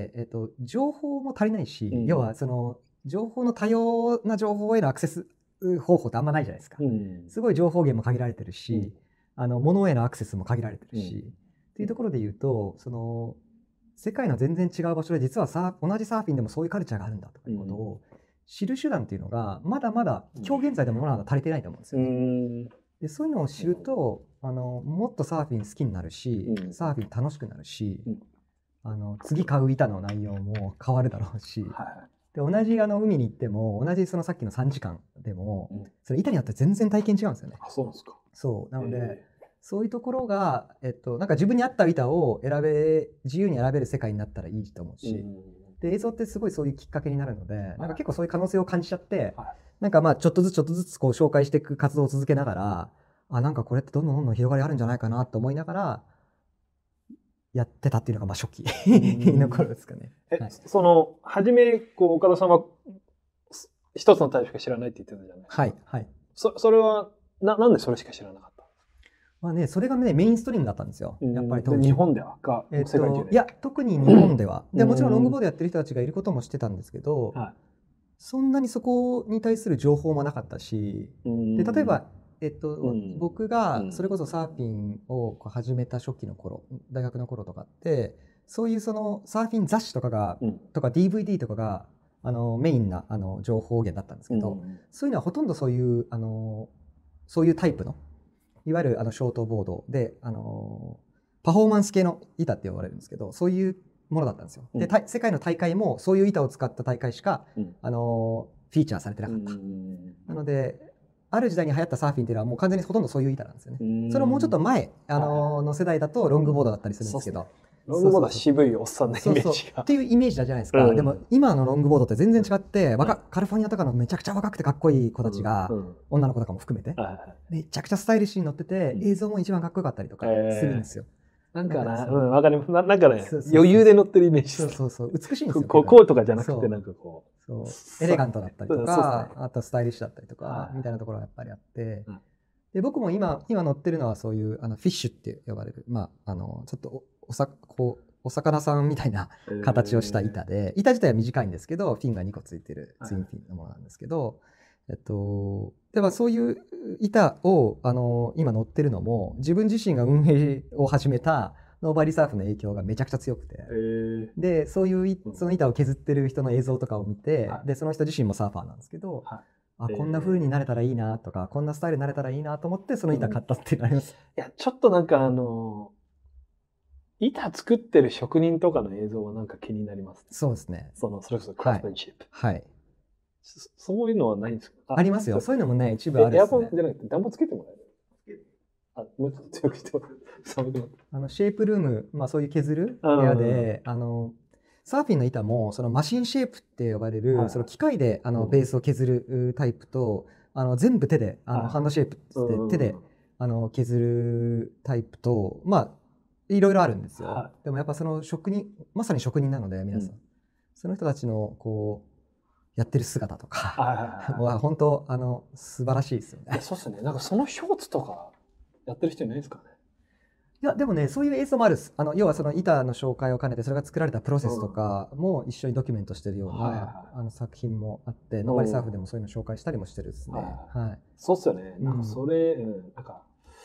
えっと、情報も足りないし、うん、要はその情報の多様な情報へのアクセス方法ってあんまないじゃないですか。うん、すごい情報源も限られてるし、うん、あの物へのアクセスも限られてるし、うん、っていうところで言うとその世界の全然違う場所で実はサー同じサーフィンでもそういうカルチャーがあるんだということを知る手段っていうのがまだまだ今日現在でもまだ足りてないと思うんですよね。うん、でそういうのを知るとあのもっとサーフィン好きになるし、うん、サーフィン楽しくなるし、うん、あの次買う板の内容も変わるだろうし、はい、で同じあの海に行っても同じそのさっきのさんじかんでも、うん、それ板によって全然体験違うんですよね。 あ、そうなんですか。 そうなので、えーそういうところが、えっと、なんか自分に合った板を選べ自由に選べる世界になったらいいと思うし、うん、で映像ってすごいそういうきっかけになるので、なんか結構そういう可能性を感じちゃって、はい、なんかまあちょっとずつちょっとずつこう紹介していく活動を続けながら、あなんかこれってどんどんどんどん広がりあるんじゃないかなと思いながらやってたっていうのがまあ初期の頃ですかね。 え、はい、その初めこう岡田さんは一つのタイプしか知らないって言ってたじゃないですか。 はいはい。 そそれはななんでそれしか知らなかった？ まあね、それがねメインストリームだったんですよ。やっぱり日本ではか、 えー、世界中で。いや特に日本では。でもちろんロングボードやってる人たちがいることも知ってたんですけど、はい、そんなにそこに対する情報もなかったし、で例えば、えっと、僕がそれこそサーフィンを始めた初期の頃、大学の頃とかってそういうそのサーフィン雑誌とかが、うん、とか ディーブイディー とかがあのメインなあの情報源だったんですけど、うん、そういうのはほとんどそういうあのそういうタイプのいわゆるあのショートボードであのパフォーマンス系の板って呼ばれるんですけど、そういうものだったんですよ。うん、で世界の大会もそういう板を使った大会しか、うん、あのフィーチャーされてなかった。うん、なのである時代に流行ったサーフィンっていうのはもう完全にほとんどそういう板なんですよね。それをもうちょっと前あのの世代だとロングボードだったりするんですけど。 ロングボードは渋いおっさんのイメージが。そうそうっていうイメージじゃないですか。うん、でも今のロングボードって全然違って、若カリフォルニアとかのめちゃくちゃ若くてかっこいい子たちが、うんうん、女の子とかも含めて、めちゃくちゃスタイリッシュに乗ってて、映像も一番かっこよかったりとかするんですよ。 えー、なんかな、うん、わかります。なんかね、余裕で乗ってるイメージ。 そうそうそう、美しいんですよ。 こうこうとかじゃなくて、なんかこう。 そうそうエレガントだったりとか、あとスタイリッシュだったりとか、みたいなところがやっぱりあって、うん、で僕も今、今乗ってるのはそういうあのフィッシュって呼ばれる、まあ、あのちょっとおおさこうお魚さんみたいな形をした板で、板自体は短いんですけど、フィンがにこついてるツインフィンのものなんですけど、えっと、ではそういう板をあの今乗ってるのも、自分自身が運営を始めたノーバディサーフの影響がめちゃくちゃ強くて、で、そういうその板を削ってる人の映像とかを見て、で、その人自身もサーファーなんですけど、あ、こんな風になれたらいいなとか、こんなスタイルになれたらいいなと思って、その板買ったってなります。 いや、ちょっとなんかあの、板作ってる職人とかの映像はなんか気になります、ね。 そうですね。 その、それこそクラフトマンシップ。 はい。はい、 そ, そういうのはないんですか？ あ, ありますよ。そういうのもね、一部あるんです、ね。 エアコンじゃなくて暖房つけてもらえる？あ、もうちょっと強くしてもらえる。 あの、シェイプルーム、まあそういう削る部屋で、あの、サーフィンの板も、そのマシンシェイプって呼ばれる、はい、その機械であのベースを削るタイプと、あの全部手で、あの、はい、ハンドシェイプって手であの削るタイプと、まあ、いろいろあるんですよ、はい、でもやっぱその職人まさに職人なので皆さん、うん、その人たちのこうやってる姿とかは本当あの素晴らしいですよね。 そうですね。なんかそのショーツとかやってる人いないですかね。 いやでもねそういう映像もあるです。あの要はその板の紹介を兼ねてそれが作られたプロセスとかも一緒にドキュメントしてるような、うん、あの作品もあって、ノーバディサーフでもそういうの紹介したりもしてるですね。はい。 そうっすよね。なんかそれ、うん、なんか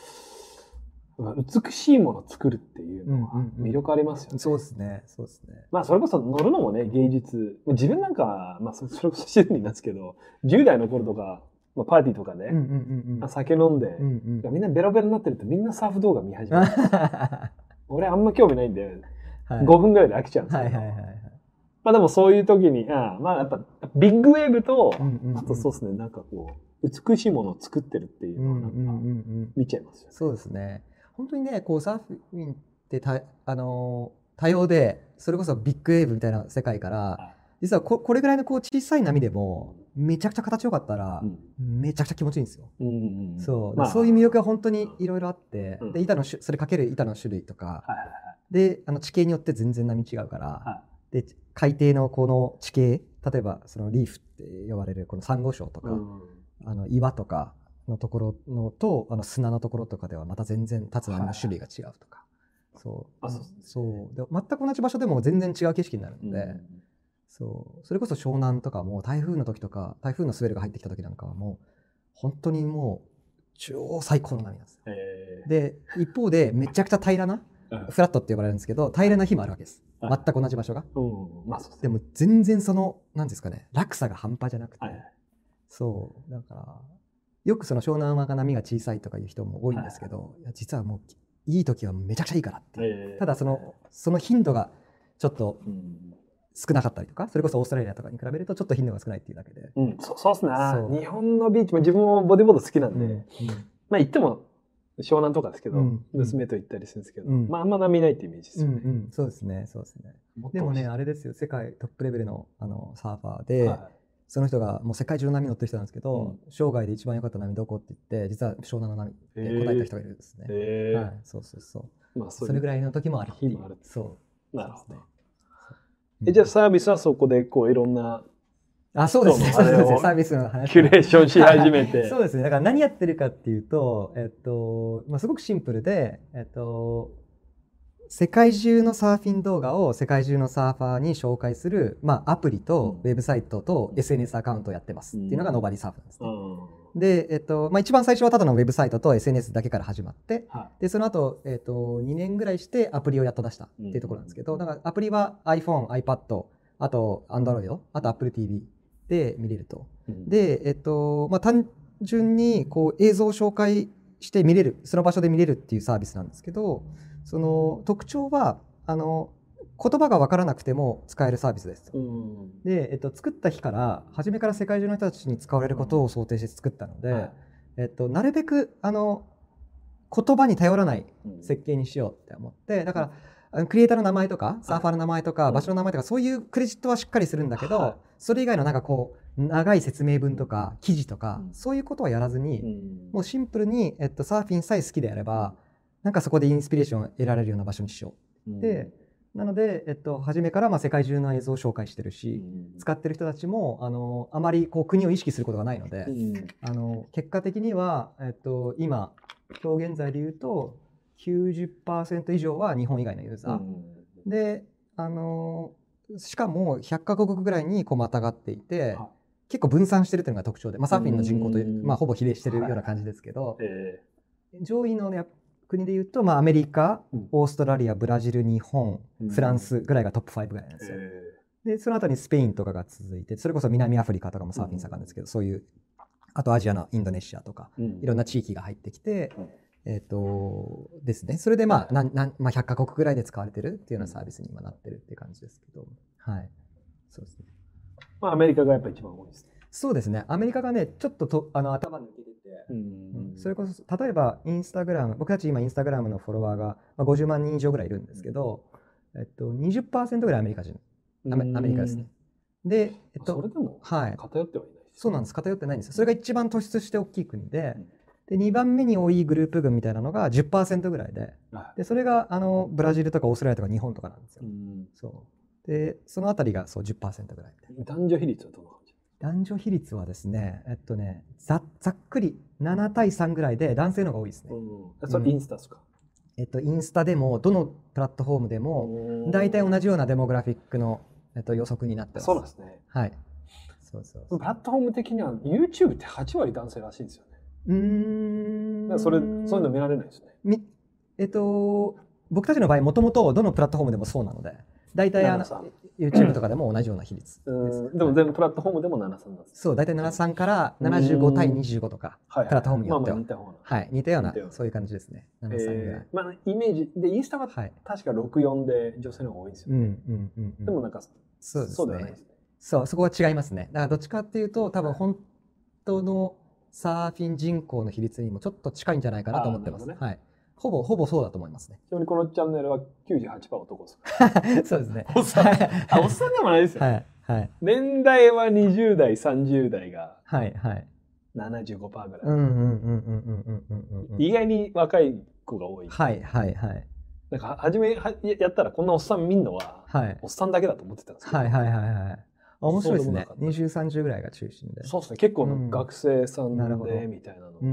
美しいものを作るっていうのは魅力ありますよね。 そうですね。そうですね。 まあそれこそ乗るのもね芸術。自分なんかまあそれこそシドニーなんですけど、じゅう代の頃とか、まあ、パーティーとかで、うんうんうん、酒飲んで、うんうん、みんなベロベロになってるとみんなサーフ動画見始める。俺あんま興味ないんで、はい、ごふんぐらいで飽きちゃうんですけど。はいはいはいはい、まあでもそういう時に、あまあやっぱビッグウェーブと、うんうんうん、あとそうですねなんかこう美しいものを作ってるっていうのをなんか見ちゃいますよね。 そうですね。本当にねこうサーフィンってたあの多様でそれこそビッグウェーブみたいな世界から、はい、実は こ, これぐらいのこう小さい波でもめちゃくちゃ形良かったら、うん、めちゃくちゃ気持ちいいんですよ。うんうんうん、そう、まあ、そういう魅力が本当にいろいろあって、うん、で板のそれかける板の種類とか、はいはいはい、であの地形によって全然波違うから、はい、で海底のこの地形例えばそのリーフって呼ばれるこのサンゴ礁とか、うん、あの岩とかのところのとあの砂のところとかではまた全然立つ波の種類が違うとか、はい、そうそうそうで全く同じ場所でも全然違う景色になるので、うん、そうそれこそ湘南とかも台風の時とか台風のスウェルが入ってきた時なんかはもう本当にもう超最高の波なんですよ。えー、で一方でめちゃくちゃ平らなフラットって呼ばれるんですけど平らな日もあるわけです。全く同じ場所が、うんまあ、そうですね、でも全然その何ですかね落差が半端じゃなくて、はい、そうだからよくその湘南は波が小さいとかいう人も多いんですけど、はい、いや実はもういい時はめちゃくちゃいいからっていう、えー、ただそのその頻度がちょっと少なかったりとかそれこそオーストラリアとかに比べるとちょっと頻度が少ないっていうだけで、 うん、そ, そうですね。日本のビーチも自分もボディボード好きなんで、うんうん、まあ行っても湘南とかですけど、うん、娘と行ったりするんですけど、うん、まああんま波ないってイメージですよね。うんうん、 そうですねそうですね。でもねあれですよ世界トップレベル の, あのサーファーで、はい、その人がもう世界中の波乗ってる人なんですけど、うん、生涯で一番良かった波どこって言って実は湘南の波って答えた人がいるんですね。えーはい、そうそうそう、まあ、そ, それぐらいの時もあるっていう。そうなるほど。えじゃあサービスはそこでこういろんなあ、そうですね。そうですね。サービスの話。 キュレーションし始めて。 そうですね。だから何やってるかっていうと、えっと、まあ、すごくシンプルで、えっと、世界中のサーフィン動画を世界中のサーファーに紹介する、まあ、アプリとウェブサイトと エスエヌエス アカウントをやってますっていうのが Nobody Surf なんですね。で、えっと、まあ、一番最初はただのウェブサイトと エスエヌエス だけから始まって、はい、で、その後、えっと、にねんぐらいしてアプリをやっと出したっていうところなんですけど、だからアプリは iPhone、iPad、あと Android、あと Apple ティーブイ で見れると。うん、で、えっと、まあ、単純にこう映像を紹介して見れる、その場所で見れるっていうサービスなんですけど、その特徴は、あの、言葉が分からなくても使えるサービスです。うん、で、えっと、作った日から初めから世界中の人たちに使われることを想定して作ったので、うん、えっと、なるべくあの言葉に頼らない設計にしようって思って、だからクリエイターの名前とかサーファーの名前とか、うん、場所の名前とかそういうクレジットはしっかりするんだけど、はい、それ以外のなんかこう長い説明文とか記事とか、うん、そういうことはやらずに、うん、もうシンプルに、えっと、サーフィンさえ好きであればなんかそこでインスピレーションを得られるような場所にしよう。うん、でなので、えっと、初めからまあ世界中の映像を紹介してるし、うん、使ってる人たちもあのあまりこう国を意識することがないので、うん、あの結果的には、えっと、今今日現在で言うと きゅうじゅっパーセント 以上は日本以外のユーザー、うん、であのしかもひゃっカ国ぐらいにこうまたがっていて、はい、結構分散してるというのが特徴で、まあ、サーフィンの人口と、まあ、ほぼ比例してるような感じですけど、はいえー、上位のやっぱ国でいうと、まあ、アメリカ、オーストラリア、ブラジル、日本、フランスぐらいがトップごぐらいなんですよ。で、その後にスペインとかが続いて、それこそ南アフリカとかもサーフィン盛んですけど、そういう、あとアジアのインドネシアとか、いろんな地域が入ってきて、えっと、ですね。それでまあ、なんなん、まあ、ひゃっカ国ぐらいで使われてるっていうようなサービスに今なってるっていう感じですけど、はい。そうですね。 まあ、アメリカがやっぱ一番多いですね。 そうですね。アメリカがね、ちょっととあの頭抜けてて、うん、それこそ例えばインスタグラム、僕たち今インスタグラムのフォロワーがごじゅうまんにん以上ぐらいいるんですけど、えっと、にじゅっパーセント ぐらいアメリカ人、アメ、アメリカですね。で、えっと、 それでも偏ってはいないです、ね、 そうなんです。偏ってないんですよ。それが一番突出して大きい国で、でにばんめに多いグループ群みたいなのが じゅっパーセント ぐらいで、でそれがあのブラジルとかオーストラリアとか日本とかなんですよ。そうでそのあたりがそう じゅっパーセント ぐらいで。 男女比率はどの感じ？ 男女比率はですね、えっとね、ざ, ざっくりななたいさんぐらいで男性の方が多いですね。 うん、それインスタですか？ えっと、インスタでもどのプラットフォームでも大体同じようなデモグラフィックの、えっと、予測になってます。 そうですね。 はい。そうそうそう。 プラットフォーム的には YouTube ってはちわり男性らしいんですよね。うーん。それそういうの見られないですね。 みえっと僕たちの場合もともとどのプラットフォームでもそうなので。大体あの YouTube とかでも同じような比率です。 うんでも全部プラットフォームでもななじゅうさんなんです。 そう、大体ななじゅうさんからななじゅうご対にじゅうごとか、プラットフォームによっては。 似たような。 はい、似たような、そういう感じですね。ななじゅうさんぐらい。 まあ、イメージで、インスタは確かろくじゅうよんで女性の方が多いんですよね。でもなんか、そうですね。そう、そこは違いますね。だからどっちかっていうと、多分本当のサーフィン人口の比率にもちょっと近いんじゃないかなと思ってます。はい。ほぼほぼそうだと思いますね。ちなみにこのチャンネルは きゅうじゅうはちパーセント 男ですか？そうですね。 おっさん、あ、おっさんでもないですよ。はいはい。年代はにじゅう代、さんじゅう代がはいはい。ななじゅうごパーセント ぐらい。うんうんうんうんうんうんうん。意外に若い子が多い。 はいはいはい。 なんか初めはやったらこんなおっさん見んのは、はい、おっさんだけだと思ってたんですけど。 はいはいはいはい。面白いですね。にじゅう、さんじゅうぐらいが中心で。 そうですね。結構学生さんでみたいなの。うん。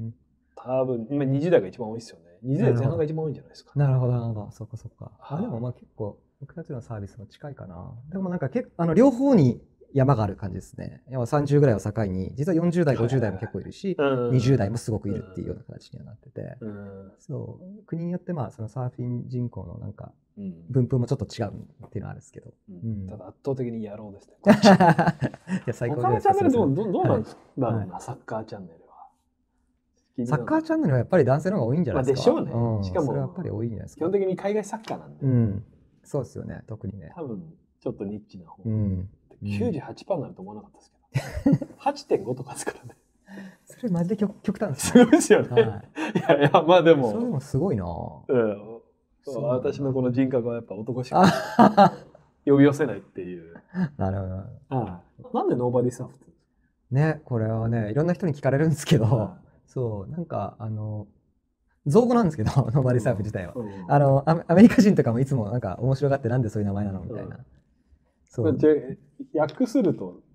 多分今にじゅう代が一番多いですよね。にじゅう代前半が一番多いんじゃないですか。 なるほどなるほど。そっかそっか。あでもまあ結構僕たちのサービスも近いかな。でもなんか結構あの両方に山がある感じですね。さんじゅうぐらいを境に実はよんじゅう代ごじゅう代も結構いるし、にじゅう代もすごくいるっていうような形にはなってて、そう国によってまあそのサーフィン人口のなんか分布もちょっと違うっていうのはあるんですけど、 ただ圧倒的に野郎ですね。 いや最高です。 他のチャンネルどうどうなんですか？サッカーチャンネル。 サッカーチャンネルはやっぱり男性の方が多いんじゃないですか。 まあ、でしょうね。うん、しかも、 それはやっぱり多いんじゃないですか。 基本的に海外サッカーなんで。 うん。そうですよね、特にね。 多分、ちょっとニッチな方。うん。きゅうじゅうはちパーセント になると思わなかったですけど。はちてんご とかですからね。 それマジで極極端ですね。すごいですよね。はい、いやいや、まあでも。 それでもすごいなうん。私のこの人格はやっぱ男しか呼び寄せないっていう。 なるほど。 ああなんでノーバディサーフってね、これはね、いろんな人に聞かれるんですけど、そう、なんか、あの、造語なんですけど、ノーバディサーフ自体は。うん、あの、アメリカ人とかもいつもなんか面白がってなんでそういう名前なのみたいな。 そう。訳すると、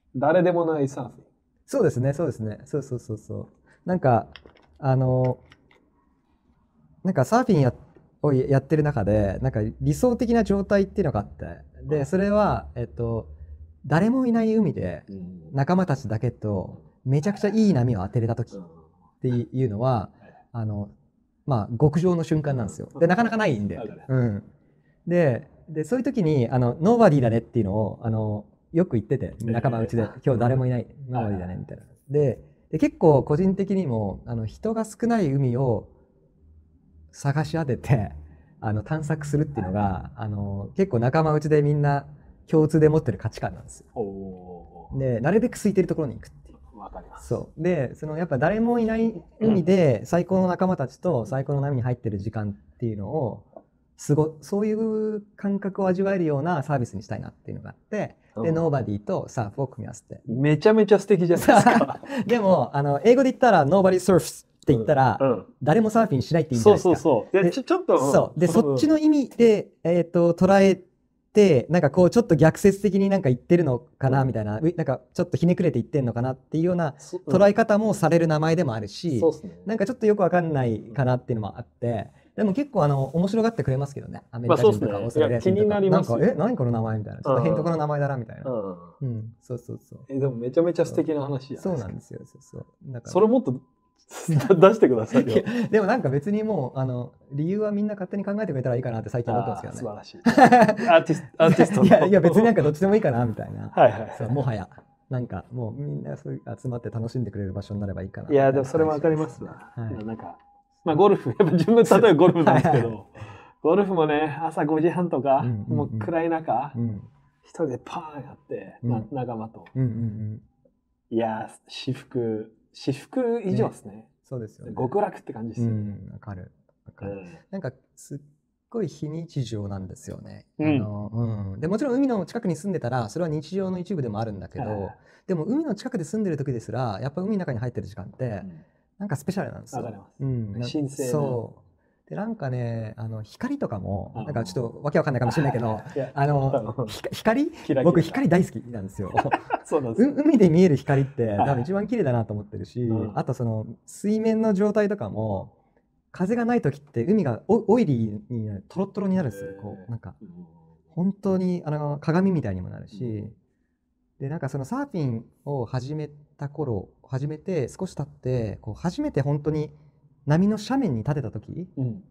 誰でもないサーフィン。 そうですね、そうですね。そうそうそうそう。なんか、あの、なんかサーフィンやをやってる中で、なんか理想的な状態っていうのがあって、で、それは、えっと、誰もいない海で仲間たちだけとめちゃくちゃいい波を当てれた時っていうのは、あの、まあ、極上の瞬間なんですよ。で、なかなかないんで。うん。で、で、そういう時に、あの、ノーバディだねっていうのを、あの、よく言ってて、仲間内で、今日誰もいない、ノーバディだね、みたいな。で、で結構個人的にも、あの、人が少ない海を探し当てて、あの、探索するっていうのが、あの、結構仲間内でみんな共通で持ってる価値観なんですよ。で、なるべく空いてるところに行くっていう。 わかります。 そう。で、その、やっぱ誰もいない海で、最高の仲間たちと最高の波に入ってる時間っていうのを、すごそういう感覚を味わえるようなサービスにしたいなっていうのがあって、で、ノーバディとサーフを組み合わせて。 めちゃめちゃ素敵じゃないですか。 でも、あの、英語で言ったら、ノーバディサーフって言ったら、うんうん、誰もサーフィンしないって意味じゃないですか。 そうそうそう。で、ちょ、ちょっと。 そう。で、そっちの意味で、えっと、捉えて、なんかこう、ちょっと逆説的になんか言ってるのかな、みたいな、なんかちょっとひねくれて言ってんのかなっていうような捉え方もされる名前でもあるし、 そうですね。 なんかちょっとよくわかんないかなっていうのもあって、でも結構あの面白がってくれますけどね。アメリカ人とかオーストラリア人とか。 まあ、ね、 なんか、え、何この名前みたいな。ちょっと変則の名前だなみたいな。うん。そうそうそう。 え、でもめちゃめちゃ素敵な話や。 そうなんですよ。そうそう。 だからそれもっと出してくださいよ。 でもなんか別にもう、あの、理由はみんな勝手に考えてくれたらいいかなって最近思ってますけどね。 素晴らしい。アーティスト、アーティスト。 いや、いや別になんかどっちでもいいかなみたいな。 はいはい。 そう、もはや。なんかもうみんなそういう集まって楽しんでくれる場所になればいいかな。 いや、でもそれもわかりますわ。はい。なんか、まあゴルフ、やっぱ自分例えばゴルフなんですけど、ゴルフもね、朝ごじはんとか、うんうんうん、もう暗い中、うん、一人でパーンやって、うん、仲間と。うんうんうん、いや、至福、至福以上ですね。ね、 そうですよね。 極楽って感じですよね。 わ、うん、かる。わかる、うん。なんかすっごい非日常なんですよね。 うん、 あのうん、でもちろん海の近くに住んでたら、それは日常の一部でもあるんだけど、うん、でも海の近くで住んでる時ですら、やっぱ海の中に入ってる時間って、うん、なんかスペシャルなんですよ。 わかります。 うん、 神聖な。 そう。でなんかね、あの光とかもなんかちょっとわけわかんないかもしれないけど、あの光、僕光大好きなんですよ。 そうなんです。 海で見える光って多分一番綺麗だなと思ってるし、うん、あとその水面の状態とかも風がない時って海がオイリーにトロトロになるんですよ。こうなんか本当にあの鏡みたいにもなるし、でなんかそのサーフィンを始めた頃、始めて少し経ってこう初めて本当に波の斜面に立てた時って、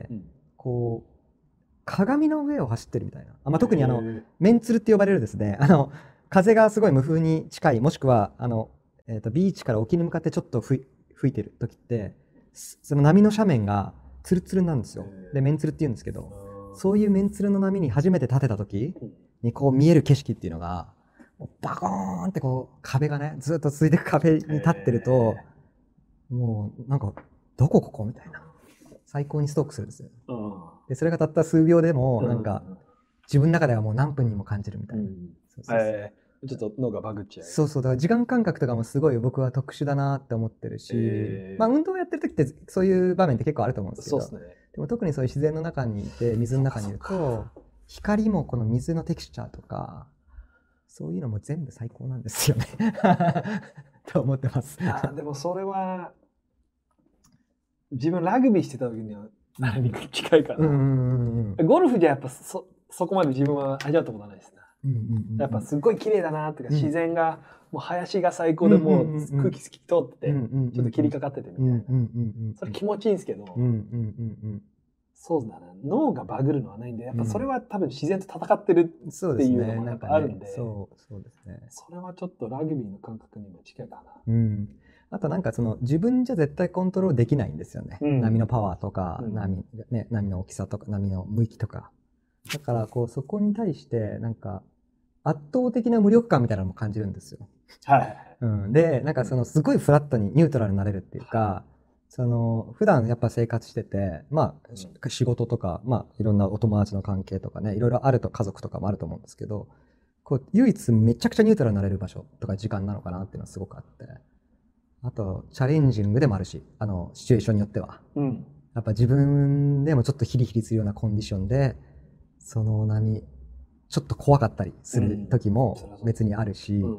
うん、こう鏡の上を走ってるみたいな、まあ、特にあのメンツルって呼ばれるですね、あの風がすごい無風に近い、もしくはあの、えーとビーチから沖に向かってちょっと吹いてる時ってその波の斜面がツルツルなんですよ。でメンツルって言うんですけど、そういうメンツルの波に初めて立てた時にこう見える景色っていうのがバコーンってこう壁がねずっと続いていく壁に立ってると、もうなんかどこここみたいな、最高にストックするんですよ。でそれがたった数秒でもなんか自分の中ではもう何分にも感じるみたいな。 ちょっと脳がバグっちゃう。 そうそう、だから時間感覚とかもすごい僕は特殊だなって思ってるし、えー、まあ運動をやってる時ってそういう場面って結構あると思うんですけど、 そうですね、 でも特にそういう自然の中にいて水の中にいると光もこの水のテクスチャーとかそういうのも全部最高なんですよねと思ってます。 あでもそれは自分ラグビーしてた時にはあれに近いかな。ゴルフじゃやっぱ そ, そこまで自分は味わったことないですね。やっぱすごい綺麗だなとか、うん、自然がもう林が最高でもう空気透き通ってちょっと切りかかっててみたいな、それ気持ちいいんですけど、そうだな、脳がバグるのはないんで、やっぱそれは多分自然と戦ってるっていうのもやっぱあるんで、 そうそうですね。 それはちょっとラグビーの感覚にも近いかな。 うん、あとなんかその自分じゃ絶対コントロールできないんですよね、うん、波のパワーとか、うん、波ね、波の大きさとか波の向きとか。だからこうそこに対してなんか圧倒的な無力感みたいなのも感じるんですよ。 はい。 うん、でなんかそのすごいフラットにニュートラルになれるっていうか、はい、その普段やっぱ生活してて、まあ、うん、仕事とか、まあ、いろんなお友達の関係とかね、いろいろあると家族とかもあると思うんですけど、こう唯一めちゃくちゃニュートラルになれる場所とか時間なのかなっていうのはすごくあって、あとチャレンジングでもあるし、あのシチュエーションによっては、うん、やっぱ自分でもちょっとヒリヒリするようなコンディションでその波ちょっと怖かったりする時も別にあるし、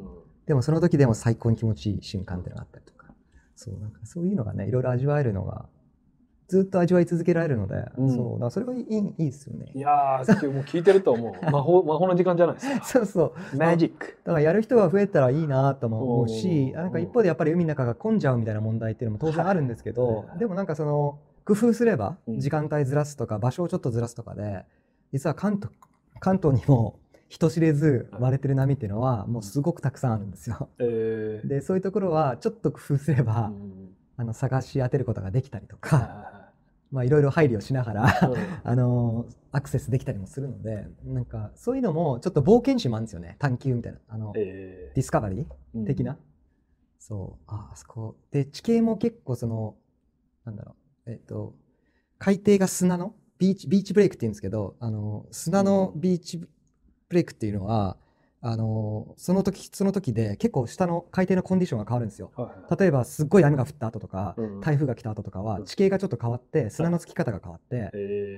でもその時でも最高に気持ちいい瞬間っていうのがあったりとか、そうなんかそういうのがねいろいろ味わえるのがずっと味わい続けられるので、うん、そうだからそれがいいいいですよね。 いやーもう聞いてると思う魔法魔法の時間じゃないですか。 そうそうマジックだからやる人が増えたらいいなとも思うし、なんか一方でやっぱり海の中が混んじゃうみたいな問題っていうのも当然あるんですけど、でもなんかその工夫すれば時間帯ずらすとか場所をちょっとずらすとかで、実は関東関東にも人知れず割れてる波っていうのはもうすごくたくさんあるんですよ。えー、でそういうところはちょっと工夫すれば、うん、あの探し当てることができたりとか。まあいろいろ配慮しながら、うん、あのアクセスできたりもするので、なんかそういうのもちょっと冒険心もあるんですよね。探求みたいなあの、えー、ディスカバリー的な、うん、そうああそこで地形も結構そのなんだろうえっと海底が砂のビーチビーチブレイクっていうんですけど、あの砂のビーチブレイクっていうのはあのその時その時で結構下の海底のコンディションが変わるんですよ。はいはい、例えばすっごい雨が降った後とか、うん、台風が来た後とかは地形がちょっと変わって砂のつき方が変わって、はい、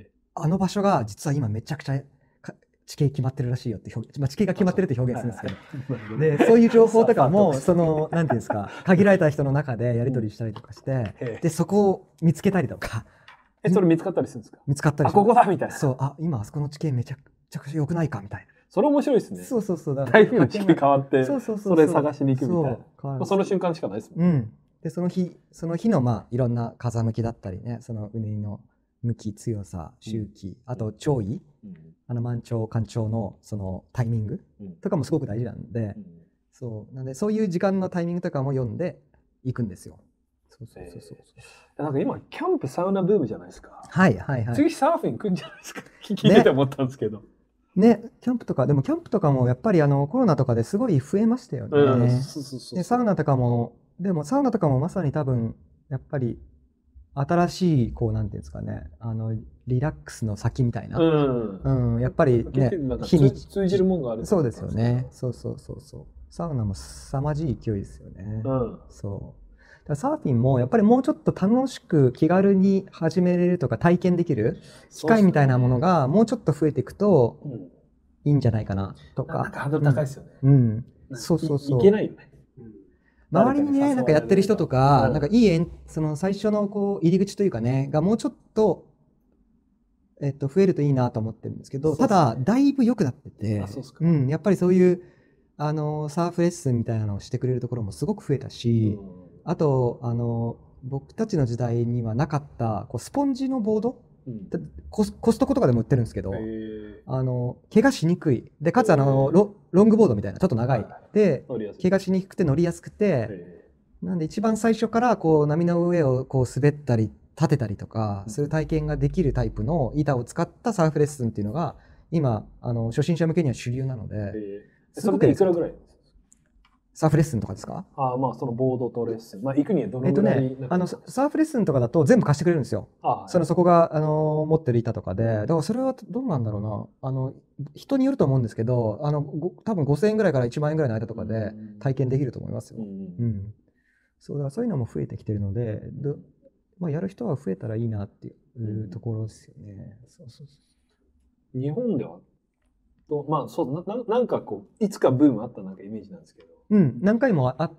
あの場所が実は今めちゃくちゃ地形決まってるらしいよって表現、まあ、地形が決まってるって表現するんですけど、でそういう情報とかもそのなんていうんですか限られた人の中でやり取りしたりとかして、うん、でそこを見つけたりとか。 えそれ見つかったりするんですか？ 見つかったりします。あここだみたいな。 そうあ今あそこの地形めちゃくちゃ良くないかみたいな。 それ面白いですね。 そうそうそう。 台風の地形変わって、それ探しに行くみたいな。まあ、その瞬間しかないですもんね。うん。 で、その日、その日のまあいろんな風向きだったりね、そのうねりの向き、強さ、周期、うん、あと潮位、うん、あの満潮、干潮のそのタイミングとかもすごく大事なんで、うん、そうなんでそういう時間のタイミングとかも読んでいくんですよ。そうそうそうそう。 えー、なんか今キャンプサウナブームじゃないですか。 はいはいはい。 次サーフィン来るんじゃないですか。聞いてて思ったんですけど。ねね、キャンプとか、でもキャンプとかもやっぱりあのコロナとかですごい増えましたよね。うん、そうそうそう。で、サウナとかも、でもサウナとかもまさに多分、やっぱり新しい、こう、なんていうんですかね、あの、リラックスの先みたいな。うん。うん、やっぱりね、 日に通じるもんがある。 そうですよね。そうそうそうそう。サウナも凄まじい勢いですよね。うん。そう。だサーフィンもやっぱりもうちょっと楽しく気軽に始めれるとか体験できる機会みたいなものがもうちょっと増えていくといいんじゃないかなとか。 なんかハードル高いですよね。 うん。うん、そうそうそう。 いけないよね。 周りにね、なんかやってる人とか、なんかいいえん、その最初のこう入り口というかね、がもうちょっと、えっと、増えるといいなと思ってるんですけど、ただ、だいぶ良くなってて、うん、やっぱりそういう、あの、サーフレッスンみたいなのをしてくれるところもすごく増えたし、あと、あの、僕たちの時代にはなかった、こうスポンジのボード、うん、コス、コストコとかでも売ってるんですけど、あの怪我しにくいで、かつあの ロ, ロングボードみたいなちょっと長いで怪我しにくくて乗りやすくて、なんで一番最初からこう波の上をこう滑ったり立てたりとかする体験ができるタイプの板を使ったサーフレッスンっていうのが今あの初心者向けには主流なので、 それでいくらぐらいサーフレッスンとかですか？ ああ、まあそのボードとレッスン。まあ行くにはどのぐらい、 えっとね、あのサーフレッスンとかだと全部貸してくれるんですよ。ああそのそこがあの持ってる板とかで、だからそれはどうなんだろうな。あの人によると思うんですけど、あの多分ごせんえんぐらいからいちまんえんぐらいの間とかで体験できると思いますよ。うん。うん、そうだからそういうのも増えてきてるので、どまあやる人は増えたらいいなっていうところですよね。そうそうそう。 日本ではとまあそうななんかこういつかブームあったなんかイメージなんですけど。 うん、何回もあって、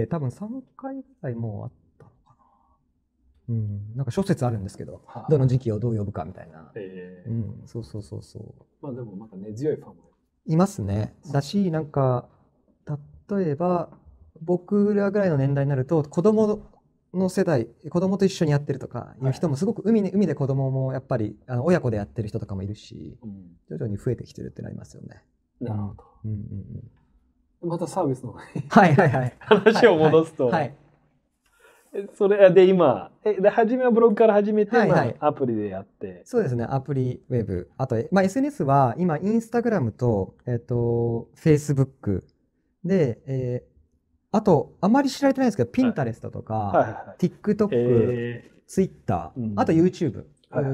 多分さんかいぐらいもうあったのかな。うん、なんか諸説あるんですけど、はあ、どの時期をどう呼ぶかみたいな。えー、うん、そうそうそうそう。 まあでもなんか根強いファンもいますね。だし、なんか、例えば、僕らぐらいの年代になると、子供の世代、子供と一緒にやってるとかいう人もすごく海で、海で子供もやっぱりあの親子でやってる人とかもいるし、うん、徐々に増えてきてるってなりますよね。 なるほど。うんうんうんまたサービスのはいはいはい話を戻すと、はい、それで今えで初めはブログから始めて、はいはい、アプリでやってそうですねアプリウェブあと、まあ、エスエヌエス は今インスタグラムと、えっと、フェイスブックで、えー、あとあまり知られてないんですけど、はい、ピンタレストとか、はいはいはい、TikTok、えー、Twitter、うん、あと YouTube、はいはい、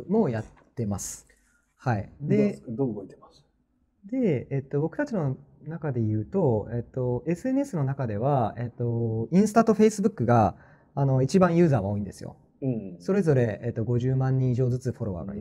もやってます。はい。でどう動いてます？ で、えっと、僕たちの中で言うと、えっと、エスエヌエス の中では、えっと、インスタとフェイスブックがあの一番ユーザーが多いんですよ。うん、それぞれ、えっと、ごじゅうまんにん以上ずつフォロワーがいる。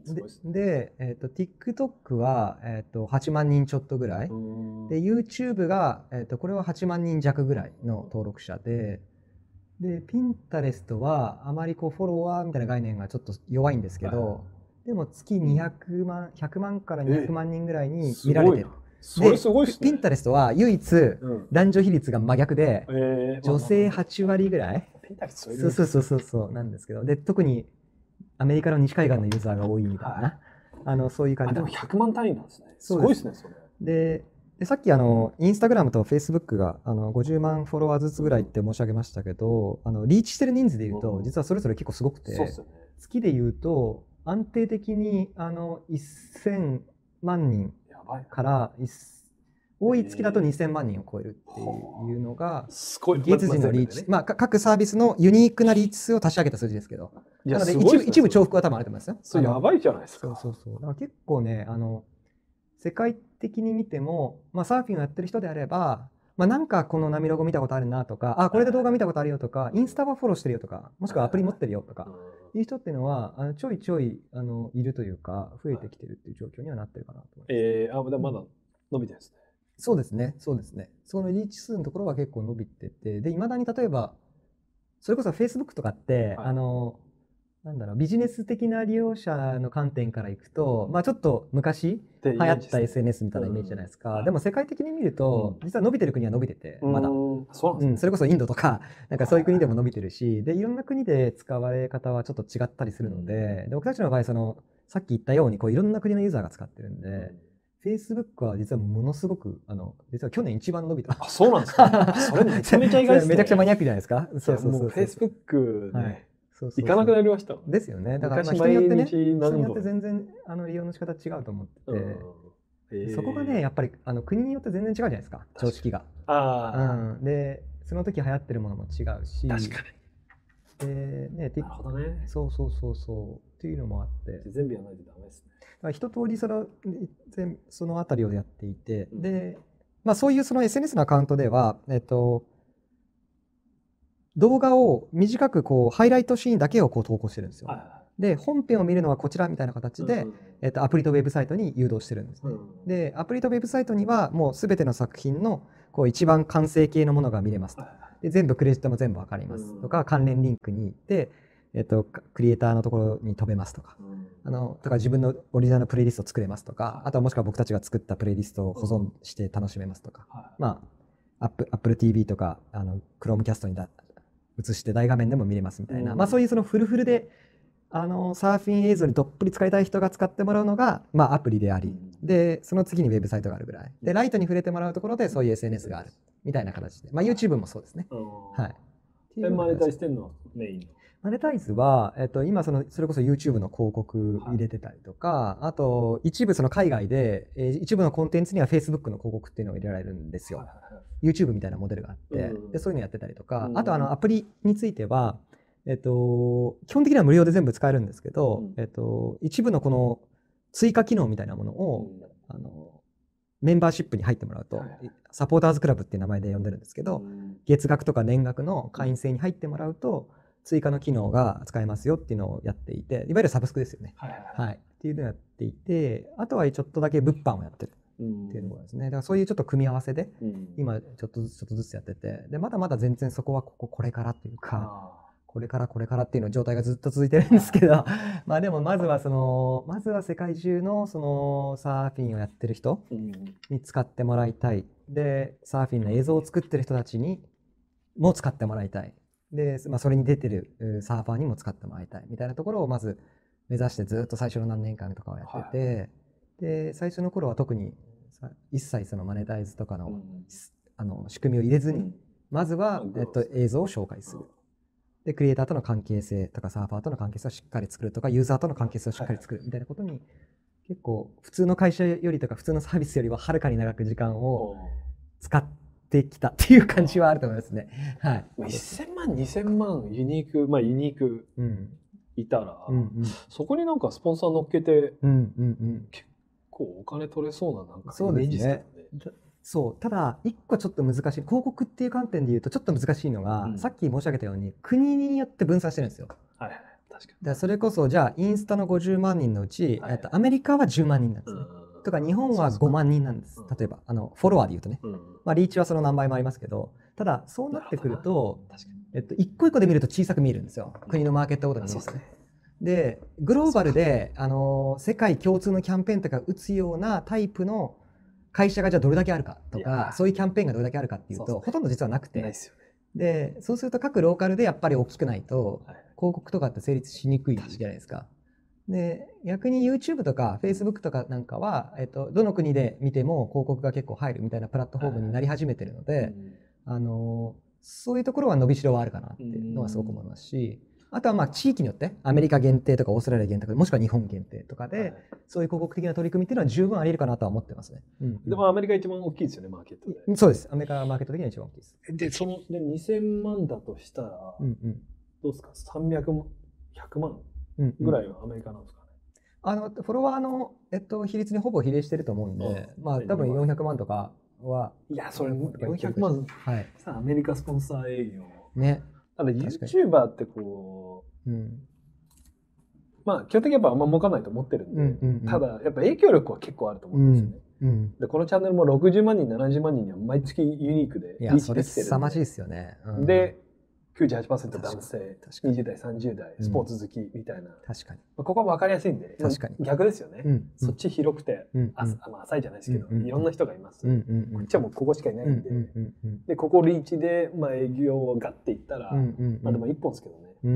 で, で、えー、と TikTok は、えー、とはちまんにんちょっとぐらいで YouTube が、えー、とこれははちまんにん弱ぐらいの登録者でで Pinterest はあまりこうフォロワーみたいな概念がちょっと弱いんですけど、でも月にひゃくまんひゃくまんからにひゃくまん人ぐらいに見られてる。 それすごいっすね。 ピンタレストは唯一男女比率が真逆で、うんえー、女性はち割ぐらい、 ピンタレストそうそうそうそうそうなんですけど、で特にアメリカの西海岸のユーザーが多いみたいな、はい、あのそういう感じ。 あでもひゃくまん単位なんですね。すごいですねそれ。 ででさっきあのインスタグラムとフェイスブックがあのごじゅうまんフォロワーずつぐらいって申し上げましたけど、あのリーチしてる人数でいうと、うん、実はそれぞれ結構すごくて、そうですよね、月でいうと安定的にあのせんまんにんから多い月だとにせんまんにんを超えるっていうのが月次のリーチ、まあ各サービスのユニークなリーチ数を足し上げた数字ですけど、なので一部一部重複は多分あると思いますよ。 それやばいじゃないですか。 そうそうそう。だから結構ねあの世界的に見ても、まあ、サーフィンをやってる人であれば、まあ、なんかこの波ロゴ見たことあるなとか、あこれで動画見たことあるよとか、インスタはフォローしてるよとか、もしくはアプリ持ってるよとかいう人っていうのはあのちょいちょいあのいるというか増えてきてるっていう状況にはなってるかなと思います。 えー、あでもまだ伸びてるんですね。 そうですねそうですね。そのリーチ数のところは結構伸びてて、でいまだに例えばそれこそ Facebook とかって、はい、あのなんだろうビジネス的な利用者の観点からいくと、まあ、ちょっと昔流行った エスエヌエス みたいなイメージじゃないですか。うん、でも世界的に見ると、実は伸びてる国は伸びててまだ、うんそうなんですね、うん、それこそインドとかなんかそういう国でも伸びてるし、でいろんな国で使われ方はちょっと違ったりするので、で僕たちの場合そのさっき言ったようにこういろんな国のユーザーが使ってるんで、うんFacebook は実はものすごくあの実は去年一番伸びた。 あ、そうなんですか。それめちゃめちゃ意外ですね。 めちゃくちゃマニアックじゃないですか。そうそうそう。 もう Facebook ね、はい、そうそうそう行かなくなりました。 ですよね。だからまあ人によってね、人によって全然あの利用の仕方違うと思ってて、うん、そこがねやっぱりあの国によって全然違うじゃないですか。常識が。ああ、うん。でその時流行ってるものも違うし。 確かに。 でね、 なるほどね。 そうそうそうそうっていうのもあって。 全部やらないとダメですね。 一通りそのそのあたりをやっていて、で、まあ、そういうその エスエヌエス のアカウントでは、えっと、動画を短くこうハイライトシーンだけをこう投稿してるんですよ。で本編を見るのはこちらみたいな形で、うんえっと、アプリとウェブサイトに誘導してるんですね。うん、でアプリとウェブサイトにはもう全ての作品のこう一番完成形のものが見れますと。で全部クレジットも全部わかりますとか、関連リンクに行ってえっと、クリエイターのところに飛べますとか、うん、あのとか自分のオリジナルのプレイリストを作れますとか、あとはもしくは僕たちが作ったプレイリストを保存して楽しめますとか、うん、まあ、Apple ティーブイ とかあの Chromecast にだ映して大画面でも見れますみたいな、うん、まあ、そういうそのフルフルであのサーフィン映像にどっぷり使いたい人が使ってもらうのが、まあ、アプリであり、うん、でその次にウェブサイトがあるぐらいで、ライトに触れてもらうところでそういう エスエヌエス があるみたいな形で、まあ、YouTube もそうですね。はい、 マネタイズしてんのメインのマネタイズは、えっと、今そのそれこそ YouTube の広告入れてたりとか、はい、あと一部その海外で、えー、一部のコンテンツには Facebook の広告っていうのを入れられるんですよ。はい、YouTube みたいなモデルがあって、うん、でそういうのやってたりとか、うん、あとあのアプリについては、えっと、基本的には無料で全部使えるんですけど、うん、えっと、一部のこの追加機能みたいなものを、うん、あのメンバーシップに入ってもらうと、はい、サポーターズクラブっていう名前で呼んでるんですけど、うん、月額とか年額の会員制に入ってもらうと追加の機能が使えますよっていうのをやっていて、いわゆるサブスクですよね。はいはいはいはい、っていうのをやっていて、あとはちょっとだけ物販をやってるっていうところですね。だからそういうちょっと組み合わせで、うん、今ちょっとずつちょっとずつやってて、でまだまだ全然そこはこここれからっていうか、これからこれからっていうの状態がずっと続いてるんですけどまあでもまずはそのまずは世界中のそのサーフィンをやってる人に使ってもらいたい。でサーフィンの映像を作ってる人たちにも使ってもらいたい。で、まあ、それに出てるサーファーにも使ってもらいたいみたいなところをまず目指してずっと最初の何年間とかをやってて、はい、で最初の頃は特に一切そのマネタイズとかの、うん、あの仕組みを入れずに、うん、まずは、えっと、映像を紹介する。でクリエイターとの関係性とかサーファーとの関係性をしっかり作るとかユーザーとの関係性をしっかり作るみたいなことに、はい、結構普通の会社よりとか普通のサービスよりははるかに長く時間を使ってできたっていう感じはあると思いますね。はい。 せんまんにせんまんユニークまあユニークいたら、うんうん、そこになんかスポンサー乗っけて、うんうんうん、結構お金取れそうななんかイメージですよね。 そうただ一個ちょっと難しい広告っていう観点で言うとちょっと難しいのが、うん、さっき申し上げたように国によって分散してるんですよ。はい、 確かに。 だそれこそじゃあインスタのごじゅうまんにんのうち、はい、えっとアメリカはじゅうまんにんなんですね。とか日本はごまんにんなんです。例えばあのフォロワーで言うとね、うん、まあリーチはその何倍もありますけど、ただそうなってくると、えっと一個一個で見ると小さく見えるんですよ。国のマーケットごとに見るとね。でグローバルであの世界共通のキャンペーンとか打つようなタイプの会社がじゃあどれだけあるかとか、そういうキャンペーンがどれだけあるかっていうと、そうですね、ほとんど実はなくて。ないですよね。で、そうすると各ローカルでやっぱり大きくないと、広告とかって成立しにくいじゃないですか。で、逆に YouTube とか Facebook とかなんかは、えっと、どの国で見ても広告が結構入るみたいなプラットフォームになり始めてるので、あの、そういうところは伸びしろはあるかなっていうのはすごく思いますし、あとはまあ地域によってアメリカ限定とかオーストラリア限定とかもしくは日本限定とかで、はい、そういう広告的な取り組みっていうのは十分あり得るかなとは思ってますね。 うん、でもアメリカ一番大きいですよね、マーケットで。 そうです。アメリカマーケット的には一番大きいです。 で、そのでにせんまんだとしたら、うんうん、どうですかさんびゃくまん、ひゃくまんぐらいはアメリカなんですかね。 うんうん、あのフォロワーの、えっと、比率にほぼ比例してると思うんで、うん、まあ多分よんひゃくまんとかは。 いや、それよんひゃくまん、はい、さあアメリカスポンサー営業。 ね。 ただ YouTuber ってこう、うん、まあ基本的にやっぱあんま儲かんないと思ってるんで、うんうんうん、ただやっぱ影響力は結構あると思うんですよね。うんうん、でこのチャンネルもろくじゅうまんにん、ななじゅうまんにんには毎月ユニークでリーチできてるんで。いや、それ凄まじいですよね。 うん、で、きゅうじゅうはちパーセント 男性、にじゅう代、さんじゅう代、スポーツ好きみたいな。うん、 確かに。 まあ、ここは分かりやすいんで、確かに逆ですよね。うん、そっち広くて、うん、あまあ、浅いじゃないですけど、うん、いろんな人がいます。うん、こっちはもうここしかいないんで、で、ここリーチで、まあ、営業をガッていったら、まあでもいっぽんですけどね。うん、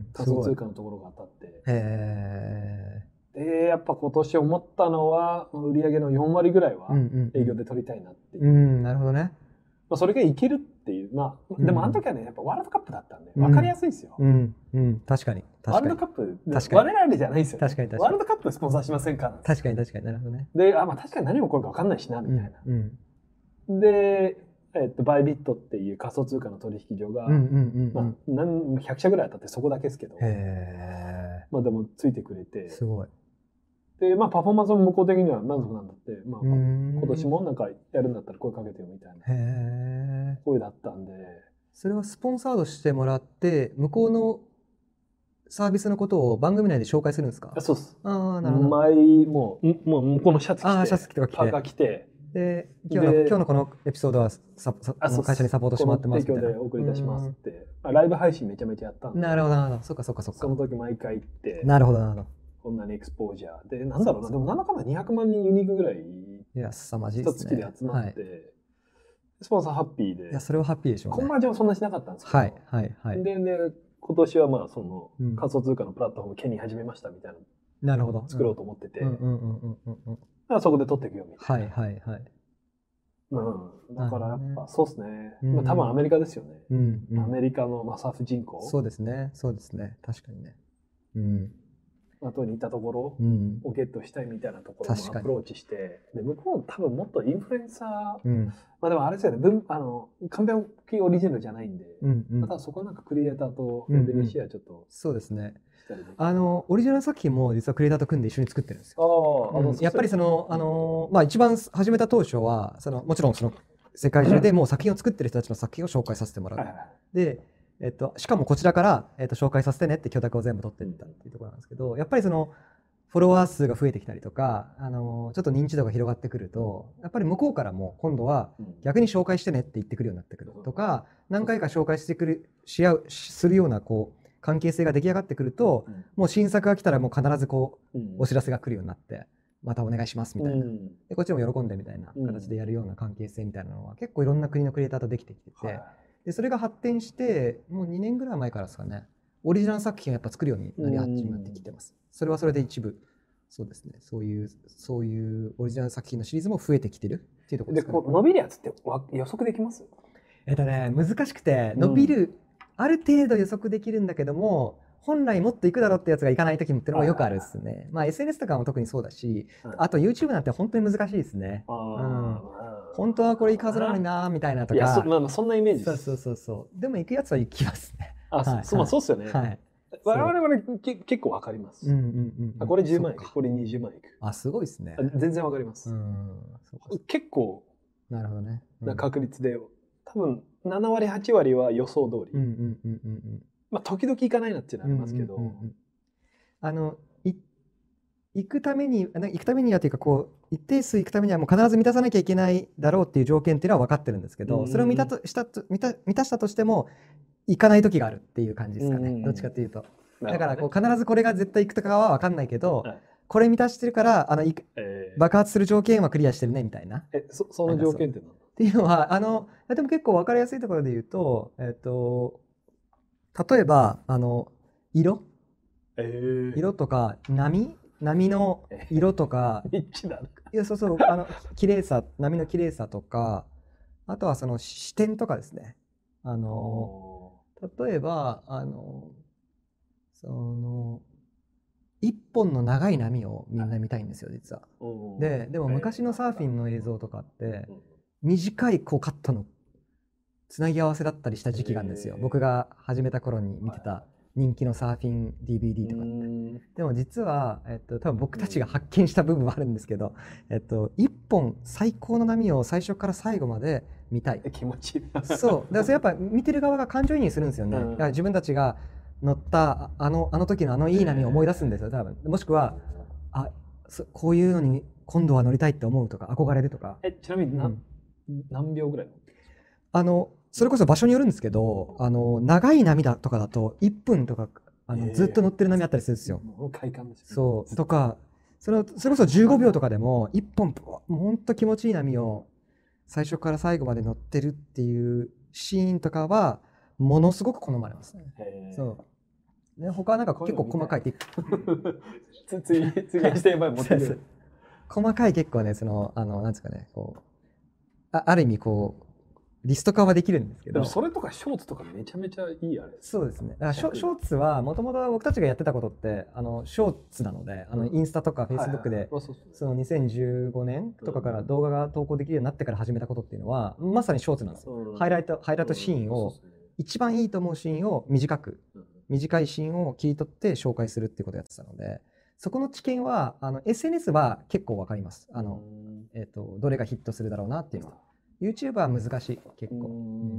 仮想通貨のところが当たって。へー。で、やっぱ今年思ったのは、売上のよんわりぐらいは営業で取りたいなっていう。 うん、うん、なるほどね。 まあそれがいけるっていう。まあ、でもあの時はね、やっぱワールドカップだったんで、分かりやすいですよ。 うん、うん、確かに。 ワールドカップ、我々じゃないですよ。 確かに確かに。 ワールドカップスポンサーしませんか？ 確かに確かに。なるほどね。 で、あ、まあ確かに何起こるか分かんないしな、みたいな。で、えっと、バイビットっていう仮想通貨の取引所が、何ひゃく社ぐらい当たってそこだけですけど、まあでもついてくれて、 すごい。 で、まあパフォーマンスも向こう的には満足なんだって、まあ今年もなんかやるんだったら声かけてよみたいな声だったんで。 それはスポンサードしてもらって、向こうのサービスのことを番組内で紹介するんですか？ そうです。ああ、なるほど。前、もう、もう向こうのシャツ着て、 あシャツ着てパーカー着て、 で今日の今日のこのエピソードはササ会社にサポートしてもらってますみたいな。 提供でお送り出しますって。ライブ配信めちゃめちゃやったんで。 なるほどなるほど。そっかそっかそっか。 その時毎回行って。 なるほどなるほど。 こんなにエクスポージャーで、なんだろうな、でもなんだかんだにひゃくまんにんユニークぐらい、 いや凄まじいですね。一月で集まって、スポンサーハッピーで。 いやそれはハッピーでしょうね。 コンバージョンそんなしなかったんですけど。 はいはいはい。 でで今年はまあその仮想通貨のプラットフォームケニー始めましたみたいな。 なるほど。 作ろうと思ってて。そこで取っていくよみたいな。 はいはいはい。 うん、だからやっぱそうですね、まあ、多分アメリカですよね、うんうん、アメリカのマサーフ人口そうですねそうですね確かにね、うん、 後にいたところをゲットしたいみたいなところもアプローチして、で向こう多分もっとインフルエンサー、うん、まあでもあれですよね分あの完璧オリジナルじゃないんで、うんうん、またそこはなんかクリエイターとレベルシェアちょっと、うんうん、 そうですねあのオリジナル作品も実はクリエイターと組んで一緒に作ってるんですよ。あ、うん、やっぱりそのあの、まあ、一番始めた当初はそのもちろんその世界中でもう作品を作ってる人たちの作品を紹介させてもらう。はいはい、で、えっと、しかもこちらから、えっと、紹介させてねって許諾を全部取っていったっていうところなんですけど、やっぱりそのフォロワー数が増えてきたりとかあのちょっと認知度が広がってくるとやっぱり向こうからも今度は逆に紹介してねって言ってくるようになってくるとか何回か紹介してくるし合うするようなこう関係性が出来上がってくると、うん、もう新作が来たらもう必ずこう、うん、お知らせが来るようになってまたお願いしますみたいな、うん、でこっちも喜んでみたいな形でやるような関係性みたいなのは結構いろんな国のクリエイターとできてきてて、はい、でそれが発展してもうにねんぐらい前からですかねオリジナル作品をやっぱ作るようになり始めてきてます。それはそれで一部そうですねそういうそういうオリジナル作品のシリーズも増えてきてるっていうところですかね。 でこう伸びるやつって予測できます？ えっとね難しくて伸びる、ある程度予測できるんだけども本来もっといくだろうってやつがいかない時っていうのもよくあるですね。まあ エスエヌエス とかも特にそうだし、あと YouTube なんて本当に難しいですね。うん、本当はこれいくはずなのになみたいなとか。いや そ,、まあ、 そんなイメージです。 そうそうそうそう。でも行くやつは行きますね。 あ、はい、そ, まあそうっすよね。はい。我々はね結構わかります。うんうんうん、あこれじゅうまんいく、これにじゅうまんいく。 あすごいですね。 全然わかります。うん、そうか結構なるほどね。 な確率で多分ななわりはちわりは予想通り。うんうんうんうん。まあ時々いかないなっていうのはありますけど、 あのい行くために行くためにはというかこう一定数行くためにはもう必ず満たさなきゃいけないだろうっていう条件っていうのは分かってるんですけど、それを満たとしたと満た満たしたとしても行かない時があるっていう感じですかね、どっちかっていうと。だからこう必ずこれが絶対行くとかは分かんないけど、これ満たしてるからあの、えー、爆発する条件はクリアしてるねみたいな。 え そ, その条件って何っていうのはあのでも結構分かりやすいところで言うと、えっと例えばあの色、えー、色とか波波の色とか、 えー、 いやそうそうあの綺麗さ波の綺麗さとか、あとはその視点とかですね。あの例えばあのその一本の長い波をみんな見たいんですよ実は。ででも昔のサーフィンの映像とかって短いこうカットのつなぎ合わせだったりした時期があるんですよ。僕が始めた頃に見てた人気のサーフィン ディーブイディー とかって。でも実は、えっと、多分僕たちが発見した部分はあるんですけど、えっと、一本最高の波を最初から最後まで見たい。 気持ちいい。 そう。だからそれやっぱ見てる側が感情移入するんですよね。だから自分たちが乗ったあのあの時のあのいい波を思い出すんですよ多分。もしくはあこういうのに今度は乗りたいって思うとか憧れるとか。 えちなみに何、うん、何秒ぐらい？ あのそれこそ場所によるんですけど、あの長い波だとかだといっぷんとかあのずっと乗ってる波あったりするんですよ。 快感ですよね。 そうとかそれそれこそじゅうごびょうとかでもいっぽんもうほんと気持ちいい波を最初から最後まで乗ってるっていうシーンとかはものすごく好まれますね。そうね、他はなんか結構細かいつつい次はしてばい持ってる細かい結構ねそのあのなんですかねこう あ, ある意味こうリスト化はできるんですけど、でもそれとかショーツとかめちゃめちゃいいあれ。 そうですね。だからショ, ショーツはもともと僕たちがやってたことってあのショーツなので、あのインスタとかフェイスブックでそのにせんじゅうごねんとかから動画が投稿できるようになってから始めたことっていうのはまさにショーツなんですよ。ハイライトハイライトシーンを一番いいと思うシーンを短く短いシーンを切り取って紹介するっていうことをやってたので、そこの知見はあの エスエヌエス は結構わかります。あのえっとどれがヒットするだろうなっていうのは。YouTube は難しい結構、うん、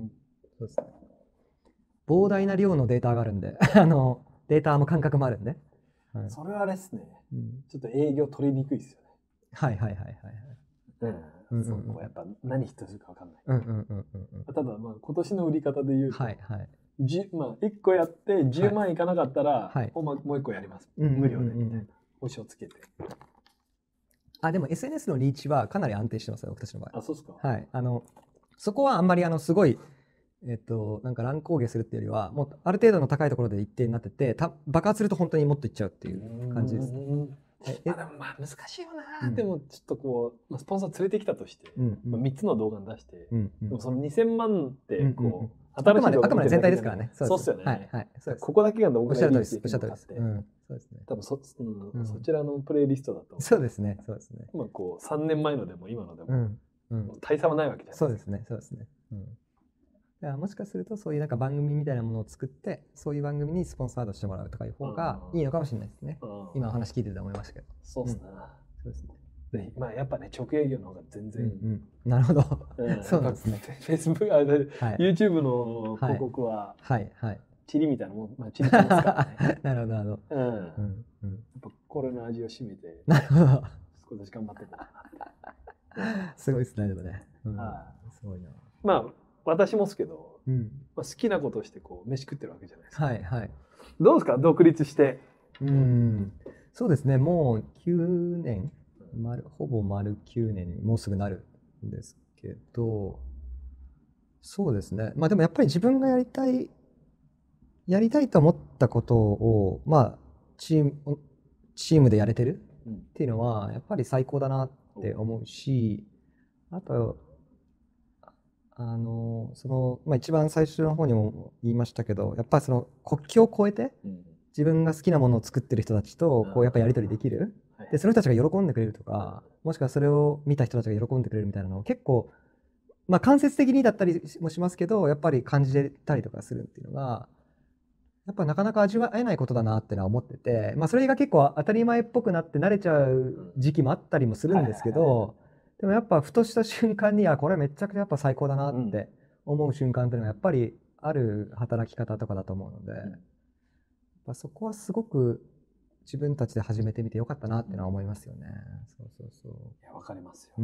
そうですね。膨大な量のデータがあるんであのデータも感覚もあるんで、 はい、それはあれですね、うん、ちょっと営業取りにくいですよね。 はいはいはいはいはい。 うん、そうやっぱ何ヒットするか分かんない。うんうんうんうん。ただまあ今年の売り方で言うと、はいはい。まあいっこやってじゅうまんいかなかったら、はい、もういっこやります。無料でみたいな星をつけて。 あでも エスエヌエス のリーチはかなり安定してますよ僕たちの場合。 あそうですか。 はい。あのそこはあんまりあのすごいえっとなんか乱高下するっていうよりはもうある程度の高いところで一定になっててた爆発すると本当にもっといっちゃうっていう感じです。 えあでもまあ難しいよな、うん、でもちょっとこうスポンサー連れてきたとして、うんうんまあ、みっつの動画に出して、うんうん、でもそのにせんまんってこう、うんうんあくまであくまで全体ですからね。 そうですよね。 はいはい。 ここだけがどんぐらいいいっていうのがあって、 そうですね。 多分そうんそちらのプレイリストだと、 そうですねそうですね。 まあこうさんねんまえのでも今のでも大差はないわけじゃないですか。 そうですねそうですね。うん。だからもしかするとそういうなんか番組みたいなものを作ってそういう番組にスポンサードしてもらうとかいう方がいいのかもしれないですね。今お話聞いてて思いましたけど。 そうですね。そうですね。でまあやっぱね直営業の方が全然、 うんうん、なるほど、うん、そうなんですね。 Facebook あれ、はい、YouTube の広告ははいはいチリみたいなもん、まあチリですからね。 なるほどなるほど。うんうんうん。やっぱこれの味を占めて、 なるほど。 今年頑張ってた。 すごいですねでもね。うん、あすごいな。 まあ私もですけど、うんまあ、好きなことをしてこう飯食ってるわけじゃないですか。 はいはい。 どうですか独立して。 うんそうですねもうきゅうねん。丸ほぼ丸きゅうねんにもうすぐなるんですけど、そうですねまあでもやっぱり自分がやりたいやりたいと思ったことをまあチームチームでやれてるっていうのはやっぱり最高だなって思うし、あとあのそのまあ一番最初の方にも言いましたけどやっぱりその国境を越えて自分が好きなものを作ってる人たちとこうやっぱりやり取りできる。でその人たちが喜んでくれるとかもしくはそれを見た人たちが喜んでくれるみたいなのを結構まあ間接的にだったりもしますけどやっぱり感じれたりとかするっていうのがやっぱなかなか味わえないことだなってのは思ってて、まあそれが結構当たり前っぽくなって慣れちゃう時期もあったりもするんですけど、でもやっぱふとした瞬間にはこれめちゃくちゃやっぱ最高だなって思う瞬間っていうのがやっぱりある働き方とかだと思うので、やっぱそこはすごく自分たちで始めてみてよかったなっていうのは思いますよね。そうそうそう。 いや、わかりますよ。 うん、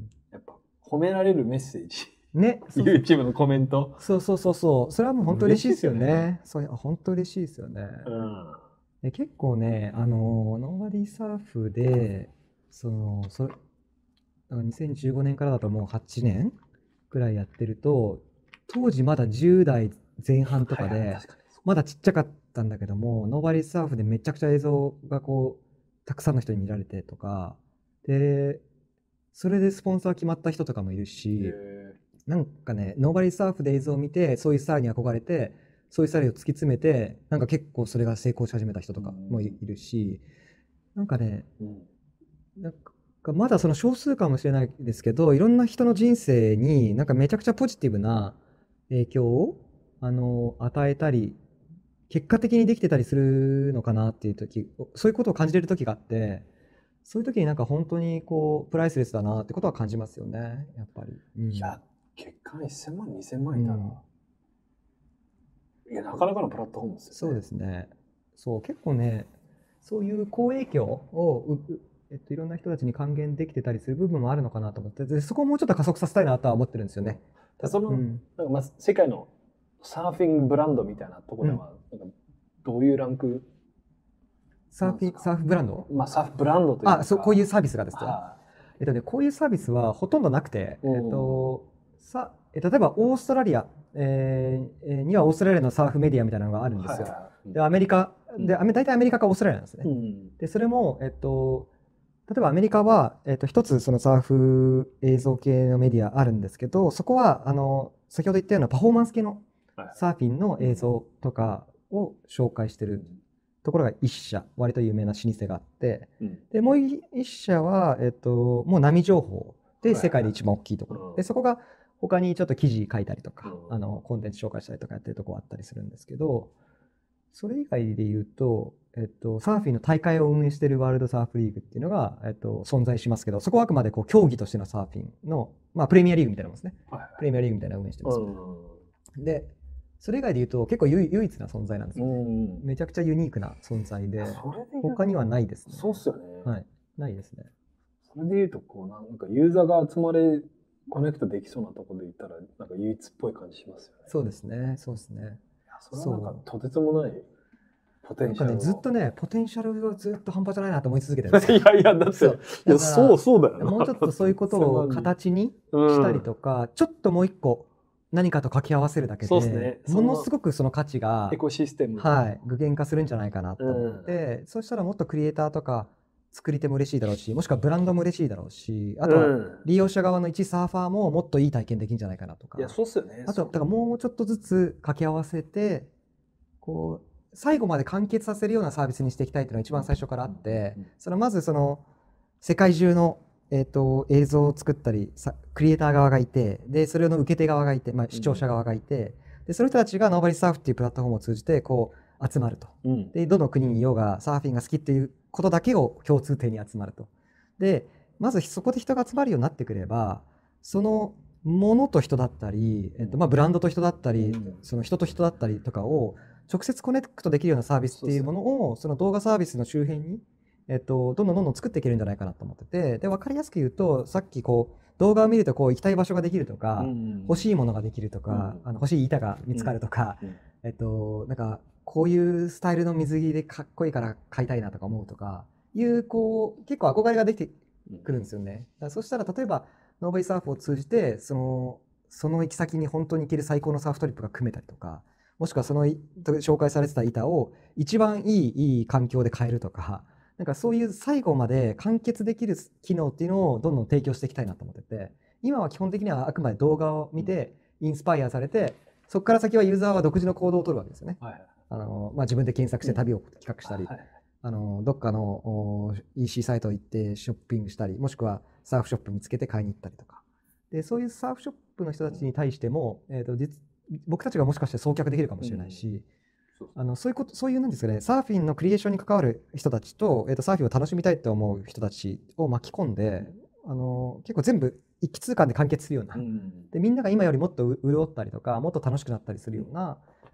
やっぱ褒められるメッセージ。 ね、 YouTube のコメント。 そうそうそうそう。それはもう本当嬉しいですよね。そういう本当嬉しいですよね。うん、で結構ね、あのノーバディサーフでそのそれにせんじゅうごねんからだともうはちねんくらいやってると、当時まだじゅう代前半とかでまだちっちゃかったんだけども、ノーバディサーフでめちゃくちゃ映像がこうたくさんの人に見られてとかで、それでスポンサー決まった人とかもいるし、なんかね、ノーバディサーフで映像を見てそういうスタイルに憧れて、そういうスタイルを突き詰めて、なんか結構それが成功し始めた人とかもいるし、なんかね、なんかまだその少数かもしれないですけど、いろんな人の人生になんかめちゃくちゃポジティブな影響をあの与えたり、結果的にできてたりするのかなっていう時、そういうことを感じれる時があって、そういう時になんか本当にこうプライスレスだなってことは感じますよね、やっぱり。うん、 いや、月間せんまんにせんまんいたら、うん、いや、なかなかのプラットフォームですよね。 そうですね。そう、結構ね、そういう好影響をえっと、いろんな人たちに還元できてたりする部分もあるのかなと思って、でそこをもうちょっと加速させたいなとは思ってるんですよね。 その、うん、なんかまあ世界のサーフィンブランドみたいなところでは、うん、なんかどういうランクサーフィン、サーフブランド、 まあ、サーフブランドというか、 あ、そう、こういうサービスがですね、えっとね、こういうサービスはほとんどなくて、えっとさ例えばオーストラリア、えー、にはオーストラリアのサーフメディアみたいなのがあるんですよ。はいはい、でアメリカで、大体アメリカかオーストラリアなんですね。うん、でそれも、えっと、例えばアメリカは、えっと、一つそのサーフ映像系のメディアあるんですけど、そこはあの先ほど言ったようなパフォーマンス系のサーフィンの映像とかを紹介してるところが一社、割と有名な老舗があって、うん、でもう一社は、えっと、もう波情報で世界で一番大きいところ、はいはい、でそこが他にちょっと記事書いたりとか、うん、あのコンテンツ紹介したりとかやってるところあったりするんですけど、それ以外で言うと、えっと、サーフィンの大会を運営しているワールドサーフリーグっていうのが、えっと、存在しますけど、そこはあくまでこう競技としてのサーフィンの、まあ、プレミアリーグみたいなもんですね、はいはい、プレミアリーグみたいな運営してます、うん、でそれ以外で言うと結構唯一な存在なんですよね、うん、めちゃくちゃユニークな存在で、他にはないですね。 そうっすよね、 はい、ないですね。 それで言うとこうなんかユーザーが集まれコネクトできそうなところで言ったらなんか唯一っぽい感じしますよね。 そうですね、そうですね。 いや、それはなんかとてつもないポテンシャル、 ね、ずっとねポテンシャルがずっと半端じゃないなと思い続けてるんですよ。いやいやだっていやそうそうだよな。 もうちょっとそういうことを形にしたりとか、うん、ちょっともう一個何かと掛け合わせるだけで、そうですね、ものすごくその価値がエコシステム、 はい、具現化するんじゃないかなと思って、うん、そうしたらもっとクリエイターとか作り手も嬉しいだろうし、もしくはブランドも嬉しいだろうし、あとは利用者側の一サーファーももっといい体験できるんじゃないかなとか、 いやそうっすよね。 あとだからもうちょっとずつ掛け合わせてこう最後まで完結させるようなサービスにしていきたいというのが一番最初からあって、そのまずその世界中のえーと映像を作ったりクリエイター側がいて、でそれの受け手側がいて、まあ、視聴者側がいて、でその人たちがノーバディサーフっていうプラットフォームを通じてこう集まると、うん、でどの国にいようがサーフィンが好きっていうことだけを共通点に集まると。でまずそこで人が集まるようになってくれば、そのものと人だったり、えーとまあ、ブランドと人だったり、うん、その人と人だったりとかを直接コネクトできるようなサービスっていうものをその動画サービスの周辺にえっと、どんどんどんどん作っていけるんじゃないかなと思ってて、で分かりやすく言うと、さっきこう動画を見るとこう行きたい場所ができるとか、うん、欲しいものができるとか、うん、あの欲しい板が見つかるとか、うん、えっとなんかこういうスタイルの水着でかっこいいから買いたいなとか思うとかいうこう結構憧れができてくるんですよね。だからそしたら例えばノーバディサーフを通じてそのその行き先に本当に行ける最高のサーフトリップが組めたりとか、もしくはその紹介されてた板を一番いいいい環境で買えるとか。なんかそういう最後まで完結できる機能っていうのをどんどん提供していきたいなと思ってて、今は基本的にはあくまで動画を見てインスパイアされて、そこから先はユーザーは独自の行動を取るわけですよね。はい、あのまあ、自分で検索して旅を企画したり、うんはい、あのどっかの イーシー サイト行ってショッピングしたり、もしくはサーフショップ見つけて買いに行ったりとか、でそういうサーフショップの人たちに対しても、えーと実僕たちがもしかして送客できるかもしれないし、うんあのそういうこと、そういうなんですかね、サーフィンのクリエーションに関わる人たちと、えーとサーフィンを楽しみたいと思う人たちを巻き込んで、あの結構全部一気通貫で完結するような、うん、でみんなが今よりもっと潤ったりとかもっと楽しくなったりするような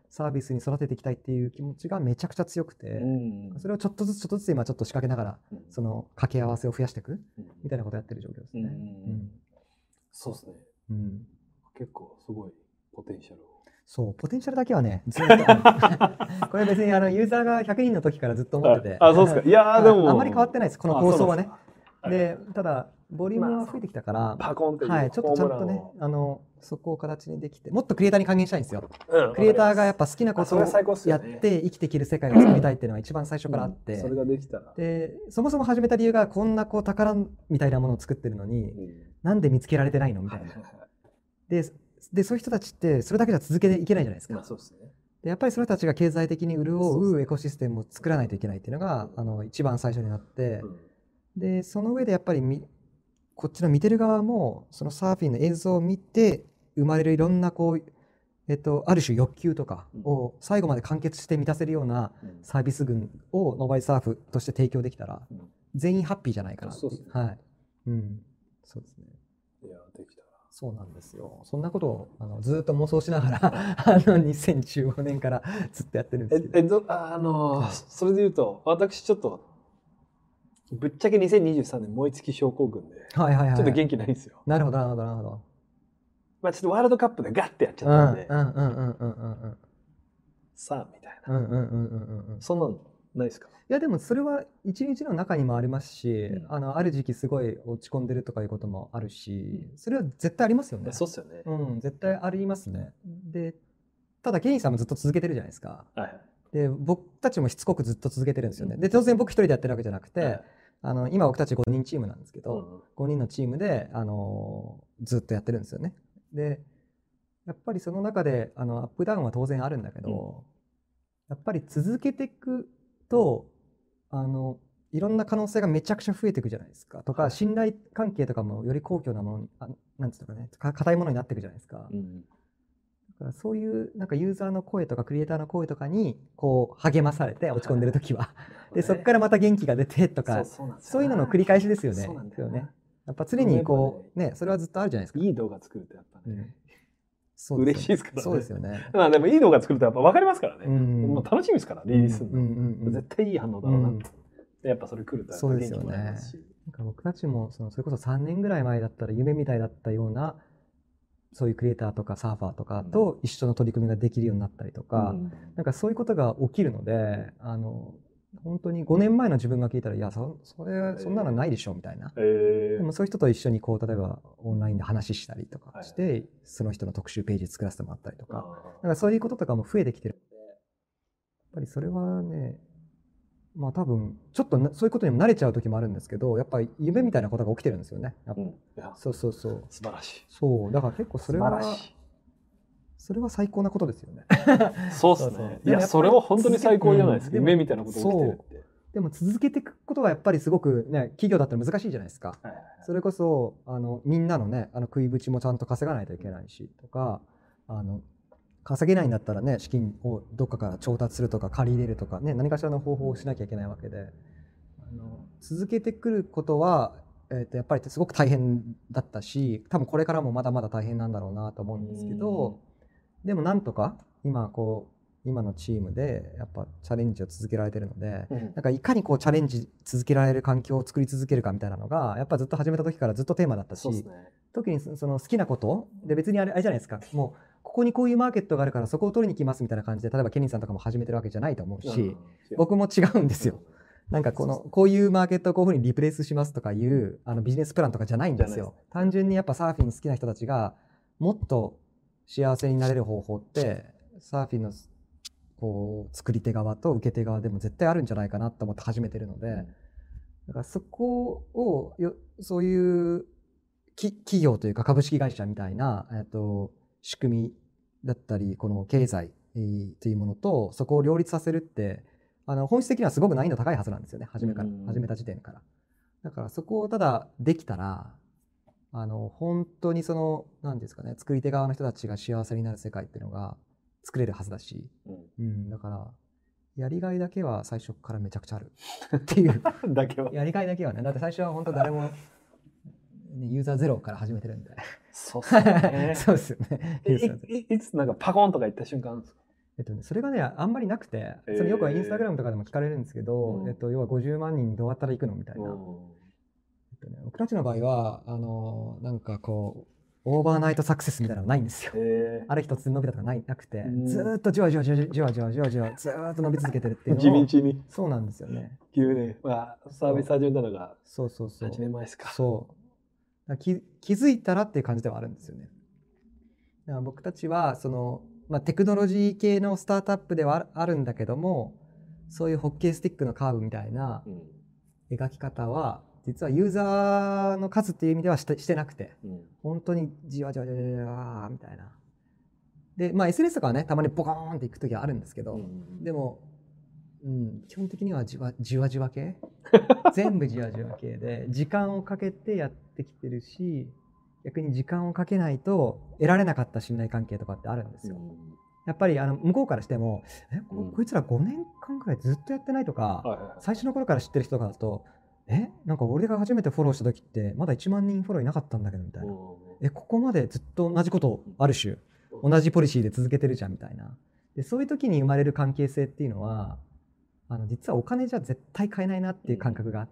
サービスに育てていきたいっていう気持ちがめちゃくちゃ強くて、うん、それをちょっとずつちょっとずつ今ちょっと仕掛けながら、うん、その掛け合わせを増やしていくみたいなことをやってる状況ですね。うんうん、 そうですね、うん。結構すごいポテンシャルを。 そう、ポテンシャルだけはね、ずっとこれ別にあのユーザーがひゃくにんの時からずっと思ってて、 あ、そうですか。いやでもあんまり変わってないです。この構想はね。で、ただボリュームが増えてきたから、まあ、 パコンっていう、 はい、ちょっとちゃんとね、あのそこを形にできて、もっとクリエイターに還元したいんですよ。うん、クリエイターがやっぱ好きなことをやって生きていける世界を作りたいっていうのが一番最初からあって、うん、 それができたら。 で、そもそも始めた理由がこんなこう宝みたいなものを作ってるのに、うん、なんで見つけられてないのみたいな。で、でそういう人たちってそれだけじゃ続けていけないじゃないですか。 まあそうですね。 でやっぱりその人たちが経済的に潤うエコシステムを作らないといけないっていうのが、あの一番最初になって、うん、でその上でやっぱりみこっちの見てる側もそのサーフィンの映像を見て生まれるいろんなこう、えっと、ある種欲求とかを最後まで完結して満たせるようなサービス群をノーバディサーフとして提供できたら全員ハッピーじゃないかなっていう。そうですね。はい。うん。そうですね。 いや、できた。 そうなんですよ。そんなことをあのずっと妄想しながらあのにせんじゅうごねんからずっとやってるんですけど。 え、えどあのー、それで言うと私ちょっとぶっちゃけにせんにじゅうさんねん燃え尽き症候群で、はいはいはい、ちょっと元気ないんですよ。 なるほどなるほどなるほど。 まあちょっとワールドカップでガッてやっちゃったんで、うんうんうんうんうんうん。さあみたいな。うんうんうんうんうん。そんなのないですか？ いやでもそれは一日の中にもありますし、うん、あのある時期すごい落ち込んでるとかいうこともあるし、それは絶対ありますよね。 そうっすよね。 うん、絶対ありますね。で、ただケニーさんもずっと続けてるじゃないですか。はい、で、僕たちもしつこくずっと続けてるんですよね。で、当然僕一人でやってるわけじゃなくて、はい、あの今僕たちごにんチームなんですけど、うん、ごにんのチームであのずっとやってるんですよね。で、やっぱりその中であのアップダウンは当然あるんだけど、うん、やっぱり続けていくと。あのいろんな可能性がめちゃくちゃ増えていくじゃないですかとか、信頼関係とかもより高強なものに、あなんていうのかね、硬いものになっていくじゃないですか。うん、だからそういうなんかユーザーの声とかクリエイターの声とかにこう励まされて落ち込んでる時はでそこからまた元気が出てとか、そういうのの繰り返しですよね。そうね。やっぱ常にこうね、それはずっとあるじゃないですか。 いい動画作るとやっぱね。うん、そう嬉しいですからね。 そうですよね。 まあでもいい動画作るとやっぱ分かりますからね。もう楽しみですからリリースするの。絶対いい反応だろうなって。やっぱそれ来るとそうですよね。なんか僕たちもそのそれこそさんねんぐらい前だったら夢みたいだったようなそういうクリエイターとかサーファーとかと一緒の取り組みができるようになったりとか、うん、なんかそういうことが起きるので、あの本当にごねんまえの自分が聞いたらいや そ, それそんなのないでしょみたいな、えー、でもそういう人と一緒にこう例えばオンラインで話したりとかして、はい、その人の特集ページ作らせてもらったりとか、なんかそういうこととかも増えてきてるので、やっぱりそれはね、まあ多分ちょっとそういうことにも慣れちゃう時もあるんですけど、やっぱり夢みたいなことが起きてるんですよね。やっぱ、うん、そうそうそう。 素晴らしい。 そうだから結構それはそれは最高なことですよね。 そうですね。いやそれは本当に最高じゃないですか。夢みたいなことが起きてるって。 でも続けていくことがやっぱりすごくね、企業だったら難しいじゃないですか。はいはいはい、それこそあのみんなのね、あの食いぶちもちゃんと稼がないといけないしとか、あの稼げないんだったらね、資金をどっかから調達するとか借り入れるとかね、何かしらの方法をしなきゃいけないわけで、あの続けてくることは、えー、とやっぱりすごく大変だったし、多分これからもまだまだ大変なんだろうなと思うんですけど、でもなんとか今こう今のチームでやっぱチャレンジを続けられてるので、うん、なんかいかにこうチャレンジ続けられる環境を作り続けるかみたいなのがやっぱずっと始めた時からずっとテーマだったし、ね、特にその好きなことで別にあれ、あれじゃないですか、もうここにこういうマーケットがあるからそこを取りに来ますみたいな感じで例えばケニーさんとかも始めてるわけじゃないと思うし、うん、僕も違うんですよ。なんかこのこういうマーケットをこういうふうにリプレイスしますとかいうあのビジネスプランとかじゃないんですよ。単純にやっぱサーフィン好きな人たちがもっと幸せになれる方法ってサーフィンのこう作り手側と受け手側でも絶対あるんじゃないかなと思って始めてるので、うん、だからそこをよそういうき企業というか株式会社みたいな、えっと、仕組みだったりこの経済というものとそこを両立させるってあの本質的にはすごく難易度高いはずなんですよね、初めから、うん、始めた時点から。だからそこをただできたらあの本当にその何ですかね、作り手側の人たちが幸せになる世界っていうのが作れるはずだし、うんうん、だからやりがいだけは最初からめちゃくちゃあるっていうだけはやりがいだけはね、だって最初は本当誰も、ね、ユーザーゼロから始めてるんで。 そうっすね。 そうですよね。 い, い, いつなんかパコンとか言った瞬間ですか？ えっとね、それがね、あんまりなくて、それよくインスタグラムとかでも聞かれるんですけど、えー、えっと、要はごじゅうまんにんにどうやったら行くのみたいな。えっとね、僕たちの場合は、あの、なんかこう、オーバーナイトサクセスみたいなのないんですよ。ある日突然伸びたとかないなくて、ずーっとじわじわじわじわじわじわじわじわずーっと伸び続けてるっていうのを。 地道に。 そうなんですよね。 きゅうねん、まあ、サービス始めたのが、 そうそうそう。 はちねんまえですか。 そう。気気づいたらっていう感じではあるんですよね。だから僕たちはその、まあ、テクノロジー系のスタートアップではあるんだけども、そういうホッケースティックのカーブみたいな描き方は実はユーザーの数っていう意味ではして、してなくて、うん、本当にじわじわじわじわみたいな。で、まあ エスエヌエス とかはね、たまにボカーンっていく時はあるんですけど、うん、でも、うん、基本的にはじわじわじわ系全部じわじわ系で、時間をかけてやってきてるし、逆に時間をかけないと得られなかった信頼関係とかってあるんですよ。うん、やっぱりあの向こうからしても、え こ, こいつらごねんかんくらいずっとやってないとか、うん、最初の頃から知ってる人とかだと、えなんか俺が初めてフォローした時ってまだいちまんにんフォローいなかったんだけどみたいな、うん、えここまでずっと同じことをある種同じポリシーで続けてるじゃんみたいな。でそういう時に生まれる関係性っていうのはあの実はお金じゃ絶対買えないなっていう感覚があって、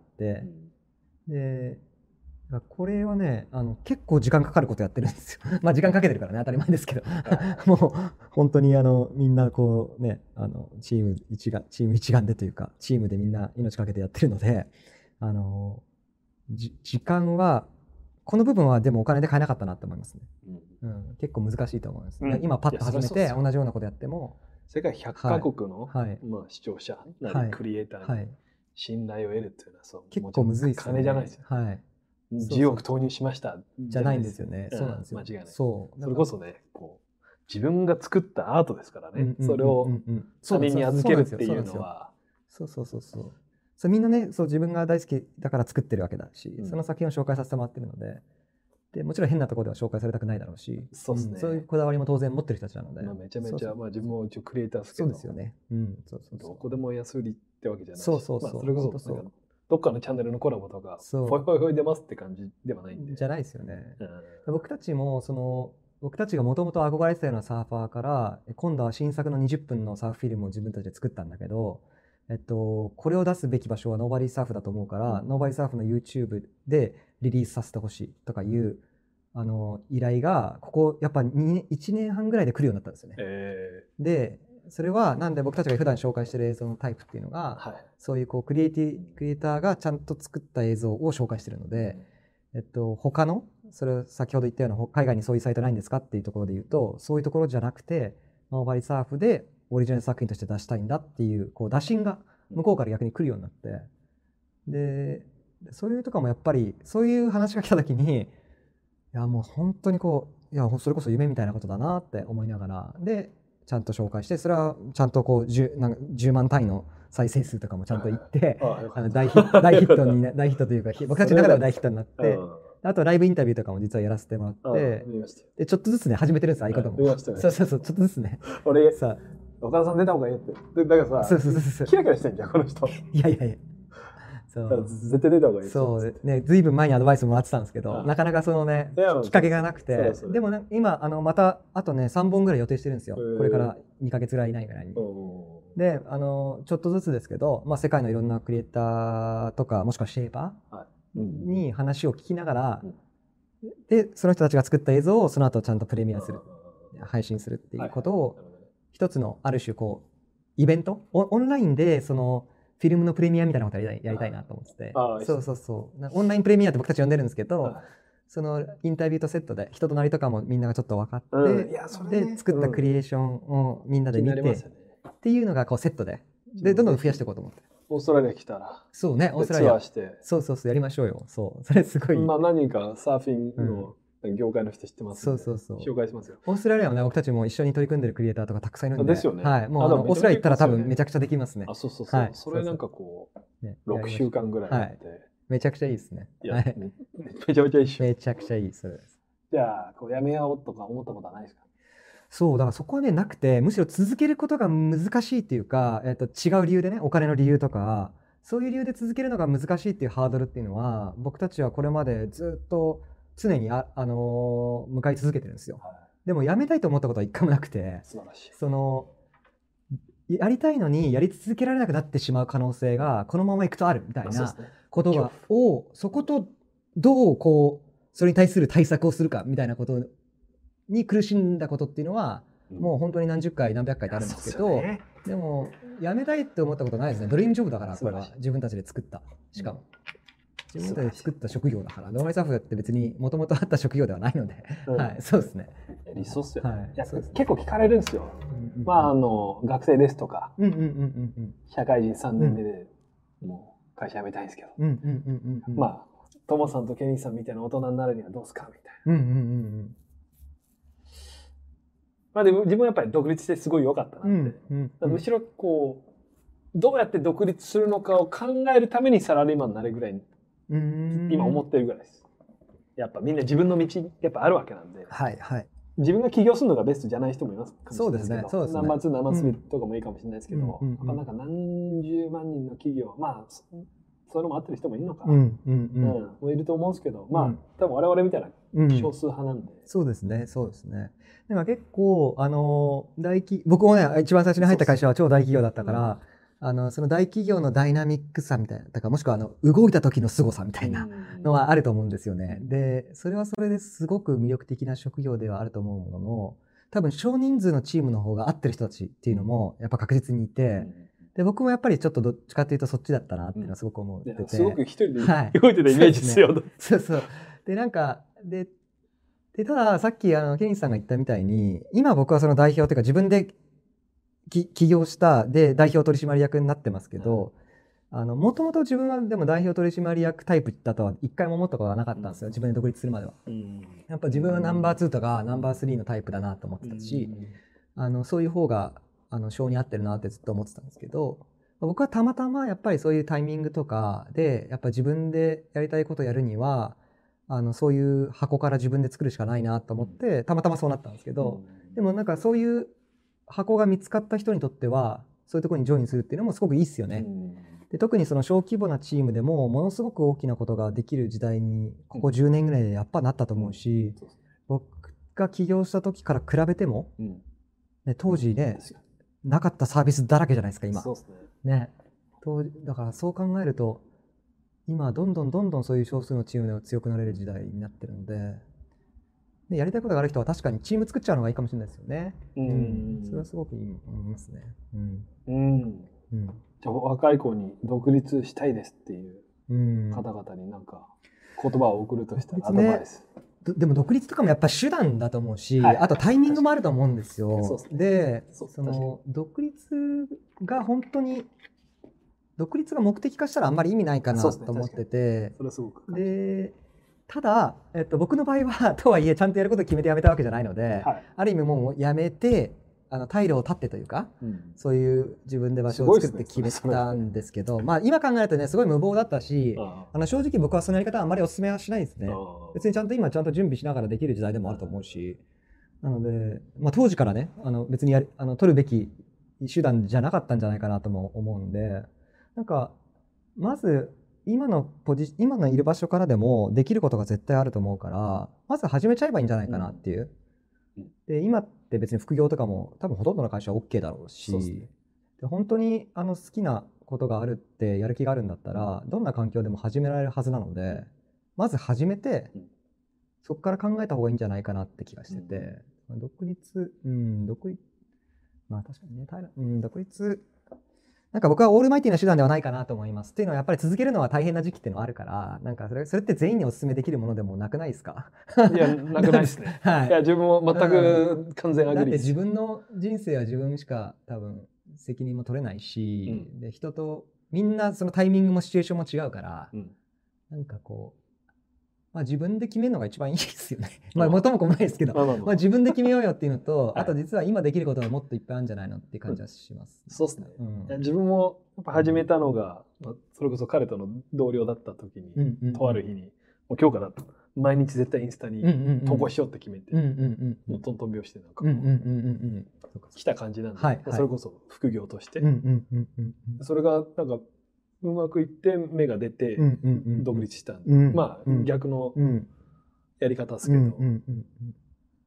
うん、でこれはねあの結構時間かかることやってるんですよまあ時間かけてるからね当たり前ですけどもう本当にあのみんなこうねあのチーム一丸チーム一丸でというかチームでみんな命かけてやってるのであのじ時間はこの部分はでもお金で買えなかったなって思いますね、うんうん、結構難しいと思います、うん、今パッと始めて同じようなことやっても世界ひゃっかこくの、はいまあ、視聴者なりクリエイターに信頼を得るっていうのはそう結構むずいですね金じゃないですよ、はいじゅうおく投入しましたじゃないんですよね。そうなんですよ。 間違いない。そうそれこそね、こう自分が作ったアートですからね。それを他人に預けるっていうのは、 そうそうそうそう。それみんなね、そう自分が大好きだから作ってるわけだし、うん、その作品を紹介させてもらってるので、でもちろん変なところでは紹介されたくないだろうし、 そうですね。 うん、そういうこだわりも当然持ってる人たちなので、 まあめちゃめちゃまあ自分も一応クリエイターですけど、 そうですよね。うん、そうそうそう。 どこでも安売りってわけじゃないし、 そうそうそう。 まあ、それこそそう。どっかのチャンネルのコラボとか、ほいほいほい出ますって感じではないんで。 じゃないですよね。うん、僕たちも、その、僕たちがもともと憧れてたようなサーファーから、今度は新作のにじゅっぷんのサーフフィルムを自分たちで作ったんだけど、えっと、これを出すべき場所はノーバディサーフだと思うから、うん、ノーバディサーフの YouTube でリリースさせてほしいとかいう、あの、依頼が、ここ、やっぱいちねんはんぐらいで来るようになったんですよね。えー、で、それはなんで僕たちが普段紹介している映像のタイプっていうのが、はい、そういうこうクリエイティクリエイターがちゃんと作った映像を紹介しているので、えっと、他のそれ先ほど言ったような海外にそういうサイトないんですかっていうところで言うとそういうところじゃなくてノーバディサーフでオリジナル作品として出したいんだっていうこう打診が向こうから逆に来るようになってでそういうとかもやっぱりそういう話が来た時にいやもう本当にこういやそれこそ夢みたいなことだなって思いながらでちゃんと紹介してそれはちゃんとこう 10, なんかじゅうまん単位の再生数とかもちゃんといってあの大ヒット大ヒットに大ヒットというか僕たちの中では大ヒットになってあとライブインタビューとかも実はやらせてもらってでちょっとずつね始めてるんです相方もそうそうそうちょっとずつね俺さ岡田さん出た方がいいってでだからさそうそうそうそうキラキラしてんじゃんこの人いやいやいやそう絶対出た方がいいそうねずいぶん前にアドバイスもらってたんですけどなかなかそのねきっかけがなくてでもね今あのまたあとねさんぼんぐらい予定してるんですよこれからにかげつぐらい以内ぐらいにであのちょっとずつですけど、まあ、世界のいろんなクリエイターとかもしくはシェーパーに話を聞きながらでその人たちが作った映像をその後ちゃんとプレミアする配信するっていうことを一つのある種こうイベントオンラインでそのフィルムのプレミアみたいなことをやりたい、やりたいなと思っててそうそうそうオンラインプレミアって僕たち呼んでるんですけどそのインタビューとセットで人となりとかもみんながちょっと分かって、うんね、で作ったクリエーションをみんなで見て、うんね、っていうのがこうセットででどんどん増やしていこうと思ってオーストラリア来たらそうねオーストラリアツアーしてそうそうそうやりましょうよそうそれすごいまあ何人かサーフィンの、うん、業界の人知ってますのでそうそうそう紹介しますよオーストラリアはね僕たちも一緒に取り組んでるクリエイターとかたくさんいるんでですよねはいもうあのオーストラリア行ったら多分めちゃくちゃできますねあそうそうそう、はい、それなんかこう、ね、ろくしゅうかんぐらいやって、はい、 めちゃくちゃいいですねいや、はい、め, めちゃめちゃいいっしょめちゃくちゃいいそれですじゃあこうやめようとか思ったことはないですかそうだからそこはねなくてむしろ続けることが難しいっていうか、えっと、違う理由でねお金の理由とかそういう理由で続けるのが難しいっていうハードルっていうのは僕たちはこれまでずっと常にあ、あのー、向かい続けてるんですよ、はい、でもやめたいと思ったことは一回もなくて素晴らしいそのやりたいのにやり続けられなくなってしまう可能性がこのままいくとあるみたいなことが、をそことどうこうそれに対する対策をするかみたいなことに苦しんだことっていうのは、もう本当に何十回何百回ってあるんですけど、ね、でもやめたいって思ったことないですね。ドリームジョブだから、これは自分たちで作った、しかも自分たちで作った職業だから。ノーマルサーフって別にもともとあった職業ではないので、うん、はい、そうですね。 理想っすよ、はい、いや結構聞かれるんですよ、うんうん、まああの学生ですとか、うんうんうんうん、社会人さんねんで、うん、もう会社辞めたいんですけど、うんうんうんうん、まあトモさんとケニーさんみたいな大人になるにはどうすかみたいな、うんうんうんうん、まあでも自分はやっぱり独立してすごい良かったなって、うんうんうん、むしろこうどうやって独立するのかを考えるためにサラリーマンになるぐらいに今思ってるぐらいです。やっぱみんな自分の道やっぱあるわけなんで、はいはい、自分が起業するのがベストじゃない人もいますかもしれないですけど、そうですね、ナンバーツーナンバースリーとかもいいかもしれないですけど、うん、やっぱなんか何十万人の企業、まあそういうのもあってる人もいるのか、うんうんうん、もういると思うんですけど、まあ、うん、多分我々みたいな少数派なんで、うん、 そうですねそうですね。なんか結構あの大企僕もね一番最初に入った会社は超大企業だったから。あのその大企業のダイナミックさみたいな、だからもしくはあの動いた時の凄さみたいなのはあると思うんですよね。で、それはそれですごく魅力的な職業ではあると思うものの、多分少人数のチームの方が合ってる人たちっていうのもやっぱ確実にいて、で僕もやっぱりちょっとどっちかっていうとそっちだったなっていうのはすごく思ってて、うん、 すごく一人で動いてたイメージですよ。はい、 そうそう。でなんかででたださっきあのケニーさんが言ったみたいに、今僕はその代表というか自分で起業したで代表取締役になってますけど、もともと自分はでも代表取締役タイプだとは一回も思ったことがなかったんですよ、自分で独立するまでは、うん、やっぱ自分はナンバーツーとかナンバースリーのタイプだなと思ってたし、うん、あのそういう方があの性に合ってるなってずっと思ってたんですけど、僕はたまたまやっぱりそういうタイミングとかでやっぱ自分でやりたいことをやるにはあのそういう箱から自分で作るしかないなと思ってたまたまそうなったんですけど、うん、でもなんかそういう箱が見つかった人にとってはそういうところにジョインするっていうのもすごくいいっすよね。うん、で特にその小規模なチームでもものすごく大きなことができる時代にここじゅうねんぐらいでやっぱなったと思うし、うん、僕が起業した時から比べても、うん、ね、当時ね、うん、なかったサービスだらけじゃないですか今。そうですね。ね、当だからそう考えると今どんどんどんどんそういう少数のチームでも強くなれる時代になってるので。でやりたいことがある人は確かにチーム作っちゃうのがいいかもしれないですよね。うん、うん、それはすごくいいと思いますね。うん。うん。 うん、じゃあ若い子に独立したいですっていう方々になんか言葉を送るとしたらアドバイス。 ね、でも独立とかもやっぱ手段だと思うし、はい、あとタイミングもあると思うんですよ。そうで、その独立が本当に独立が目的化したらあんまり意味ないかなと思ってて、それはすごくで。ただ、えっと、僕の場合はとはいえちゃんとやることを決めてやめたわけじゃないので、はい、ある意味もうやめてあの退路を断ってというか、うん、そういう自分で場所を作って決めたんですけど、まあ、今考えるとねすごい無謀だったし、ああの正直僕はそのやり方はあまりお勧めはしないですね。別にちゃんと今ちゃんと準備しながらできる時代でもあると思うし、なので、まあ、当時からねあの別にやあの取るべき手段じゃなかったんじゃないかなとも思うんで、なんかまず今のポジ今のいる場所からでもできることが絶対あると思うから、まず始めちゃえばいいんじゃないかなっていう、うん、で今って別に副業とかも多分ほとんどの会社は OK だろうし、でで本当にあの好きなことがあるってやる気があるんだったらどんな環境でも始められるはずなので、まず始めてそこから考えた方がいいんじゃないかなって気がしてて、うん、独立うん独立まあ確かにね、うん、独立なんか僕はオールマイティな手段ではないかなと思います。っていうのはやっぱり続けるのは大変な時期っていうのはあるから、なんかそれそれって全員にお勧めできるものでもなくないですか？ いや、なくないですね。はい、いや自分も全く完全アグリーです。だって自分の人生は自分しか多分責任も取れないし、うん、で人とみんなそのタイミングもシチュエーションも違うから、うん、なんかこうまあ、自分で決めるのが一番いいですよね。まあ元も子もないですけど、まあまあまあ、自分で決めようよっていうのと、はい、あと実は今できることがもっといっぱいあるんじゃないのっていう感じはします、 うん、そうですね、うん、自分もやっぱ始めたのが、うん、それこそ彼との同僚だった時に、うんうん、とある日にもう今日から毎日絶対インスタに投稿しようって決めて、もうトントン拍子でなんか来た感じなんで、はいはい、それこそ副業として、それがなんかうまくいって芽が出て独立したんで、まあ逆のやり方ですけど、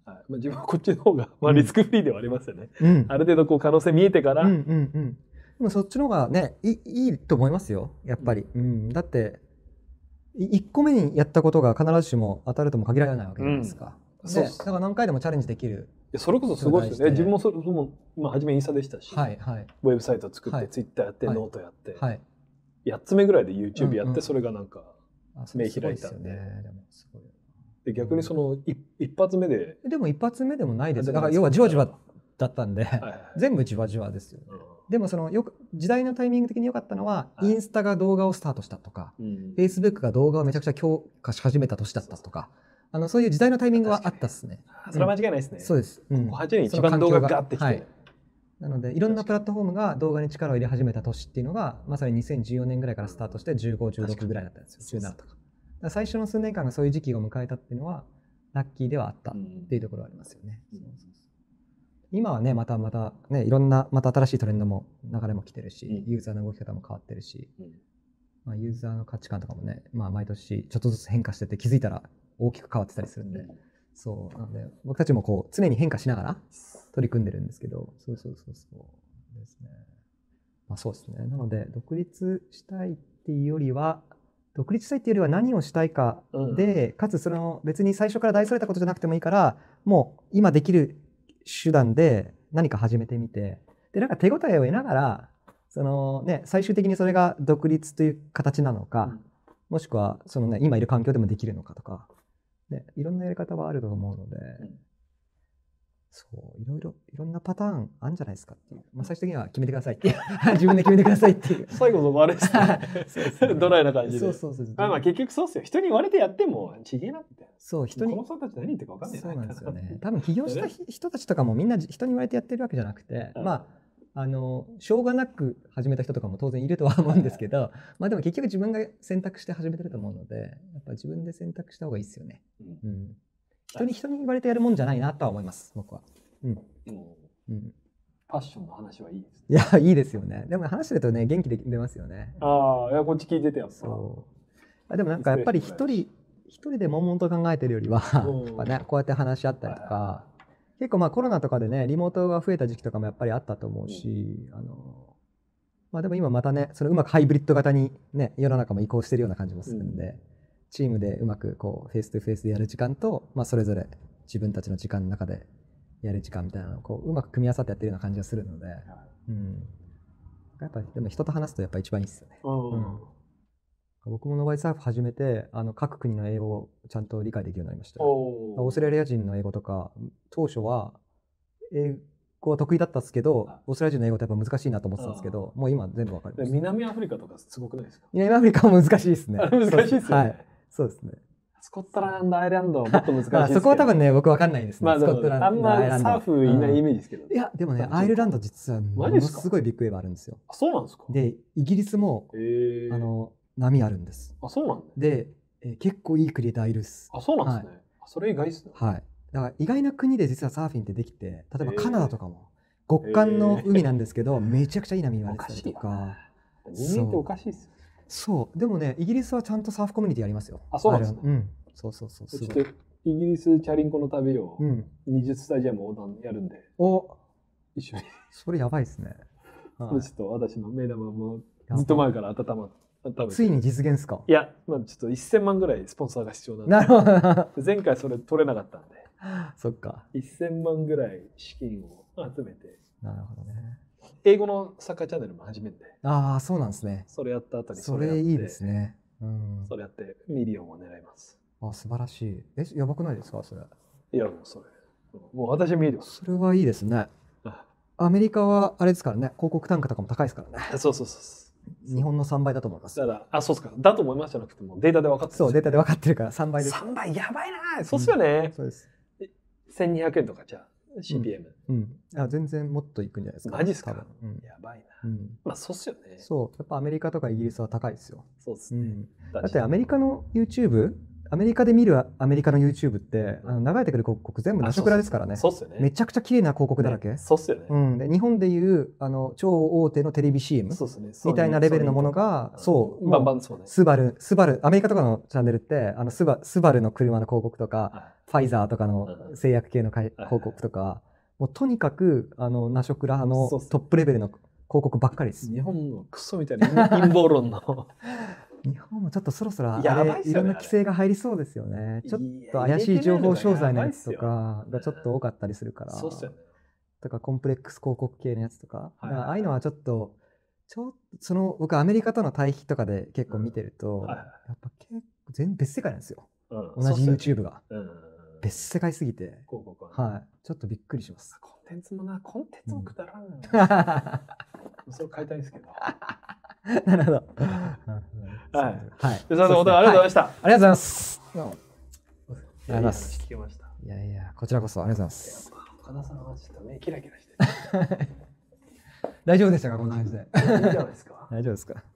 はい、まあ、自分はこっちの方が、まあ、リスクフリーではありますよね。うん、ある程度こう可能性見えてから。うんうんうん。 でもそっちの方がね、い い, いいと思いますよ、やっぱり。うん、だって、いっこめにやったことが必ずしも当たるとも限らないわけじゃないですか。うん、で、だから何回でもチャレンジできる。 それこそすごいですね。自分もそれも、まあ、初めインスタでしたし、はいはい、ウェブサイト作って、はい、ツイッターやって、はい、ノートやって、はい、やっつめぐらいで YouTube やって、うんうん、それがなんか目開いたんで。ね、でもすごいで逆にその一発目で。 でも一発目でもないです。だから要はじわじわだったんで、はいはい、全部じわじわですよね。うん、でもそのよく時代のタイミング的に良かったのは、はい、インスタが動画をスタートしたとか、うん、Facebook が動画をめちゃくちゃ強化し始めた年だったとか、あのそういう時代のタイミングはあったっすね。 それは間違いないですね。 うん、そうです。 うん、はちねん一番動画がガッてきて、はい、 なのでいろんなプラットフォームが動画に力を入れ始めた年っていうのがまさににせんじゅうよねんぐらいからスタートしてじゅうご、じゅうろくぐらいだったんですよ。じゅうななとか。だから最初の数年間がそういう時期を迎えたっていうのはラッキーではあったっていうところはありますよね。うん、そうそうそう、今はねまたまたねいろんなまた新しいトレンドも流れも来てるし、うん、ユーザーの動き方も変わってるし、うん、まあ、ユーザーの価値観とかもね、まあ、毎年ちょっとずつ変化してて気づいたら大きく変わってたりするんで、うん、そうなので僕たちもこう常に変化しながら取り組んでるんですけど、そうそうそうそうですね。まあそうですね。なので独立したいっていうよりは独立したいっていうよりは何をしたいかで、うん、かつその別に最初から大それたことじゃなくてもいいからもう今できる手段で何か始めてみて、でなんか手応えを得ながらその、ね、最終的にそれが独立という形なのか、うん、もしくはその、ね、今いる環境でもできるのかとか、ね、いろんなやり方はあると思うので、うん、そういろいろいろんなパターンあるんじゃないですかっていう、まあ、最終的には決めてくださいっていう自分で決めてくださいっていう最後のあれですねドライな感じで。 そうそうそう、 まあまあ結局そうっすよ。人に言われてやってもちげえなって。 そう人にこの人たち何言ってるか分かんない。 そうなんですよね。多分起業した人たちとかもみんな人に言われてやってるわけじゃなくて、うん、まああのしょうがなく始めた人とかも当然いるとは思うんですけど、まあでも結局自分が選択して始めてると思うので、やっぱ自分で選択した方がいいですよね。うんうん、人に人に言われてやるもんじゃないなとは思います僕は。うんうんうん、ファッションの話はいいです、ね。 いやいいですよね。でも話してるとね元気で出ますよね。 ああ、いやこっち聞いててやっぱ。 そうあでもなんかやっぱり一人一人で悶々と考えてるよりはやっぱ、ね、こうやって話し合ったりとか、結構まあコロナとかでねリモートが増えた時期とかもやっぱりあったと思うし、うん、あのまあでも今またねそのうまくハイブリッド型にね世の中も移行してるような感じもするんで、うん、チームでうまくこうフェイストゥフェイスでやる時間と、まあ、それぞれ自分たちの時間の中でやる時間みたいなのをこううまく組み合わさってやってるような感じがするので、うん、やっぱでも人と話すとやっぱ一番いいですよね。うん、僕もノバイサーフ始めてあの各国の英語をちゃんと理解できるようになりました。オーストラリア人の英語とか当初は英語は得意だったんですけど、オーストラリア人の英語ってやっぱ難しいなと思ってたんですけど、もう今全部わかります。 南アフリカとかすごくないですか？ 南アフリカも難しいですね。 難しいですよね。はい、 そうですね。 スコットランド、アイルランドもっと難しいですけど。 そこは多分ね、僕わかんないですね。 まあ、スコットランド、あんまサーフいないイメージですけど、ね。 いや、でもね、アイルランド実はものすごいビッグウェーブあるんですよ。 あ、そうなんですか？ で、イギリスも、あの、波あるんです。 あ、そうなんだ。 で、えー、結構いいクリエイターいるっす。 あ、そうなんですね。はい、それ意外っすね。 はい。だから意外な国で実はサーフィンってできて、例えばカナダとかも、極寒の海なんですけど、めちゃくちゃいい波言われてたりとか。 人間っておかしいっすよ。 そう。でもね、イギリスはちゃんとサーフコミュニティありますよ。 あ、そうなんですね。 うん。そうそうそう。 ちょっとイギリスチャリンコの旅をにじゅうスタジアム横断やるんで、 お一緒に。 それやばいですね。 はい、ちょっと私の目玉もずっと前から温まって。 ついに実現ですか？ いや、まあ、ちょっとせんまんぐらいスポンサーが必要なんで。 なるほど。 前回それ取れなかったんで。 そっか。 せんまんぐらい資金を集めて。 なるほどね。 英語のサッカーチャンネルも始めて。 ああ、そうなんですね。 それやった後にそれやって。それいいですね。 うん。それやってミリオンを狙います。 あ、素晴らしい。え、やばくないですかそれ？ いや、もうそれ。もう私は見えてます。 それはいいですね。アメリカはあれですからね、広告単価とかも高いですからね。 そうそうそう。 日本のさんばいだと思います。 だから、あ、そうですか。だと思いますじゃなくても、データで分かってる。 そう、データで分かってるからさんばいです。 さんばいやばいな。そうっすよね。 うん、そうです。 せんにひゃくえんとかじゃあ、シーピーエム。 うん。うん、あ、全然もっといくんじゃないですか。 マジっすか？ うん、 やばいな。うん、まあ、そうっすよね。 そう。やっぱアメリカとかイギリスは高いですよ。 そうですね。うん、 だってアメリカの YouTube、 アメリカで見るアメリカの YouTube って、あの流れてくる広告全部ナショクラですからね。 そうっすよね。 めちゃくちゃ綺麗な広告だらけ。 そうっすよね。 うん。で、日本でいうあの超大手のテレビ シーエム みたいなレベルのものが、そう、 バンバンそうね。 スバル、スバル、アメリカとかのチャンネルって、あのスバスバルの車の広告とか、ファイザーとかの製薬系の広告とか、もうとにかくあのナショクラのトップレベルの広告ばっかりです。 日本のクソみたいな陰謀論の。 日本もちょっとそろそろあれいろんな規制が入りそうですよね。ちょっと怪しい情報商材のやつとかがちょっと多かったりするから。 そうっすよね。 とかコンプレックス広告系のやつとか。だからああいうのはちょっと、ちょっとその僕アメリカとの対比とかで結構見てると、やっぱ結構全別世界なんですよ。同じ YouTube が。別世界すぎて。はい。ちょっとびっくりします。 コンテンツもな、コンテンツもくだらんな。それ買いたいんですけど。 なるほど。 はい。はい。で、さん、本当にありがとうございました。ありがとうございます。ありがとうございます。 聞けました。 いやいや、こちらこそありがとうございます。 岡田さんはちょっとね、キラキラして。 大丈夫でしたか、こんな感じで。 いいじゃないですか。 大丈夫ですか。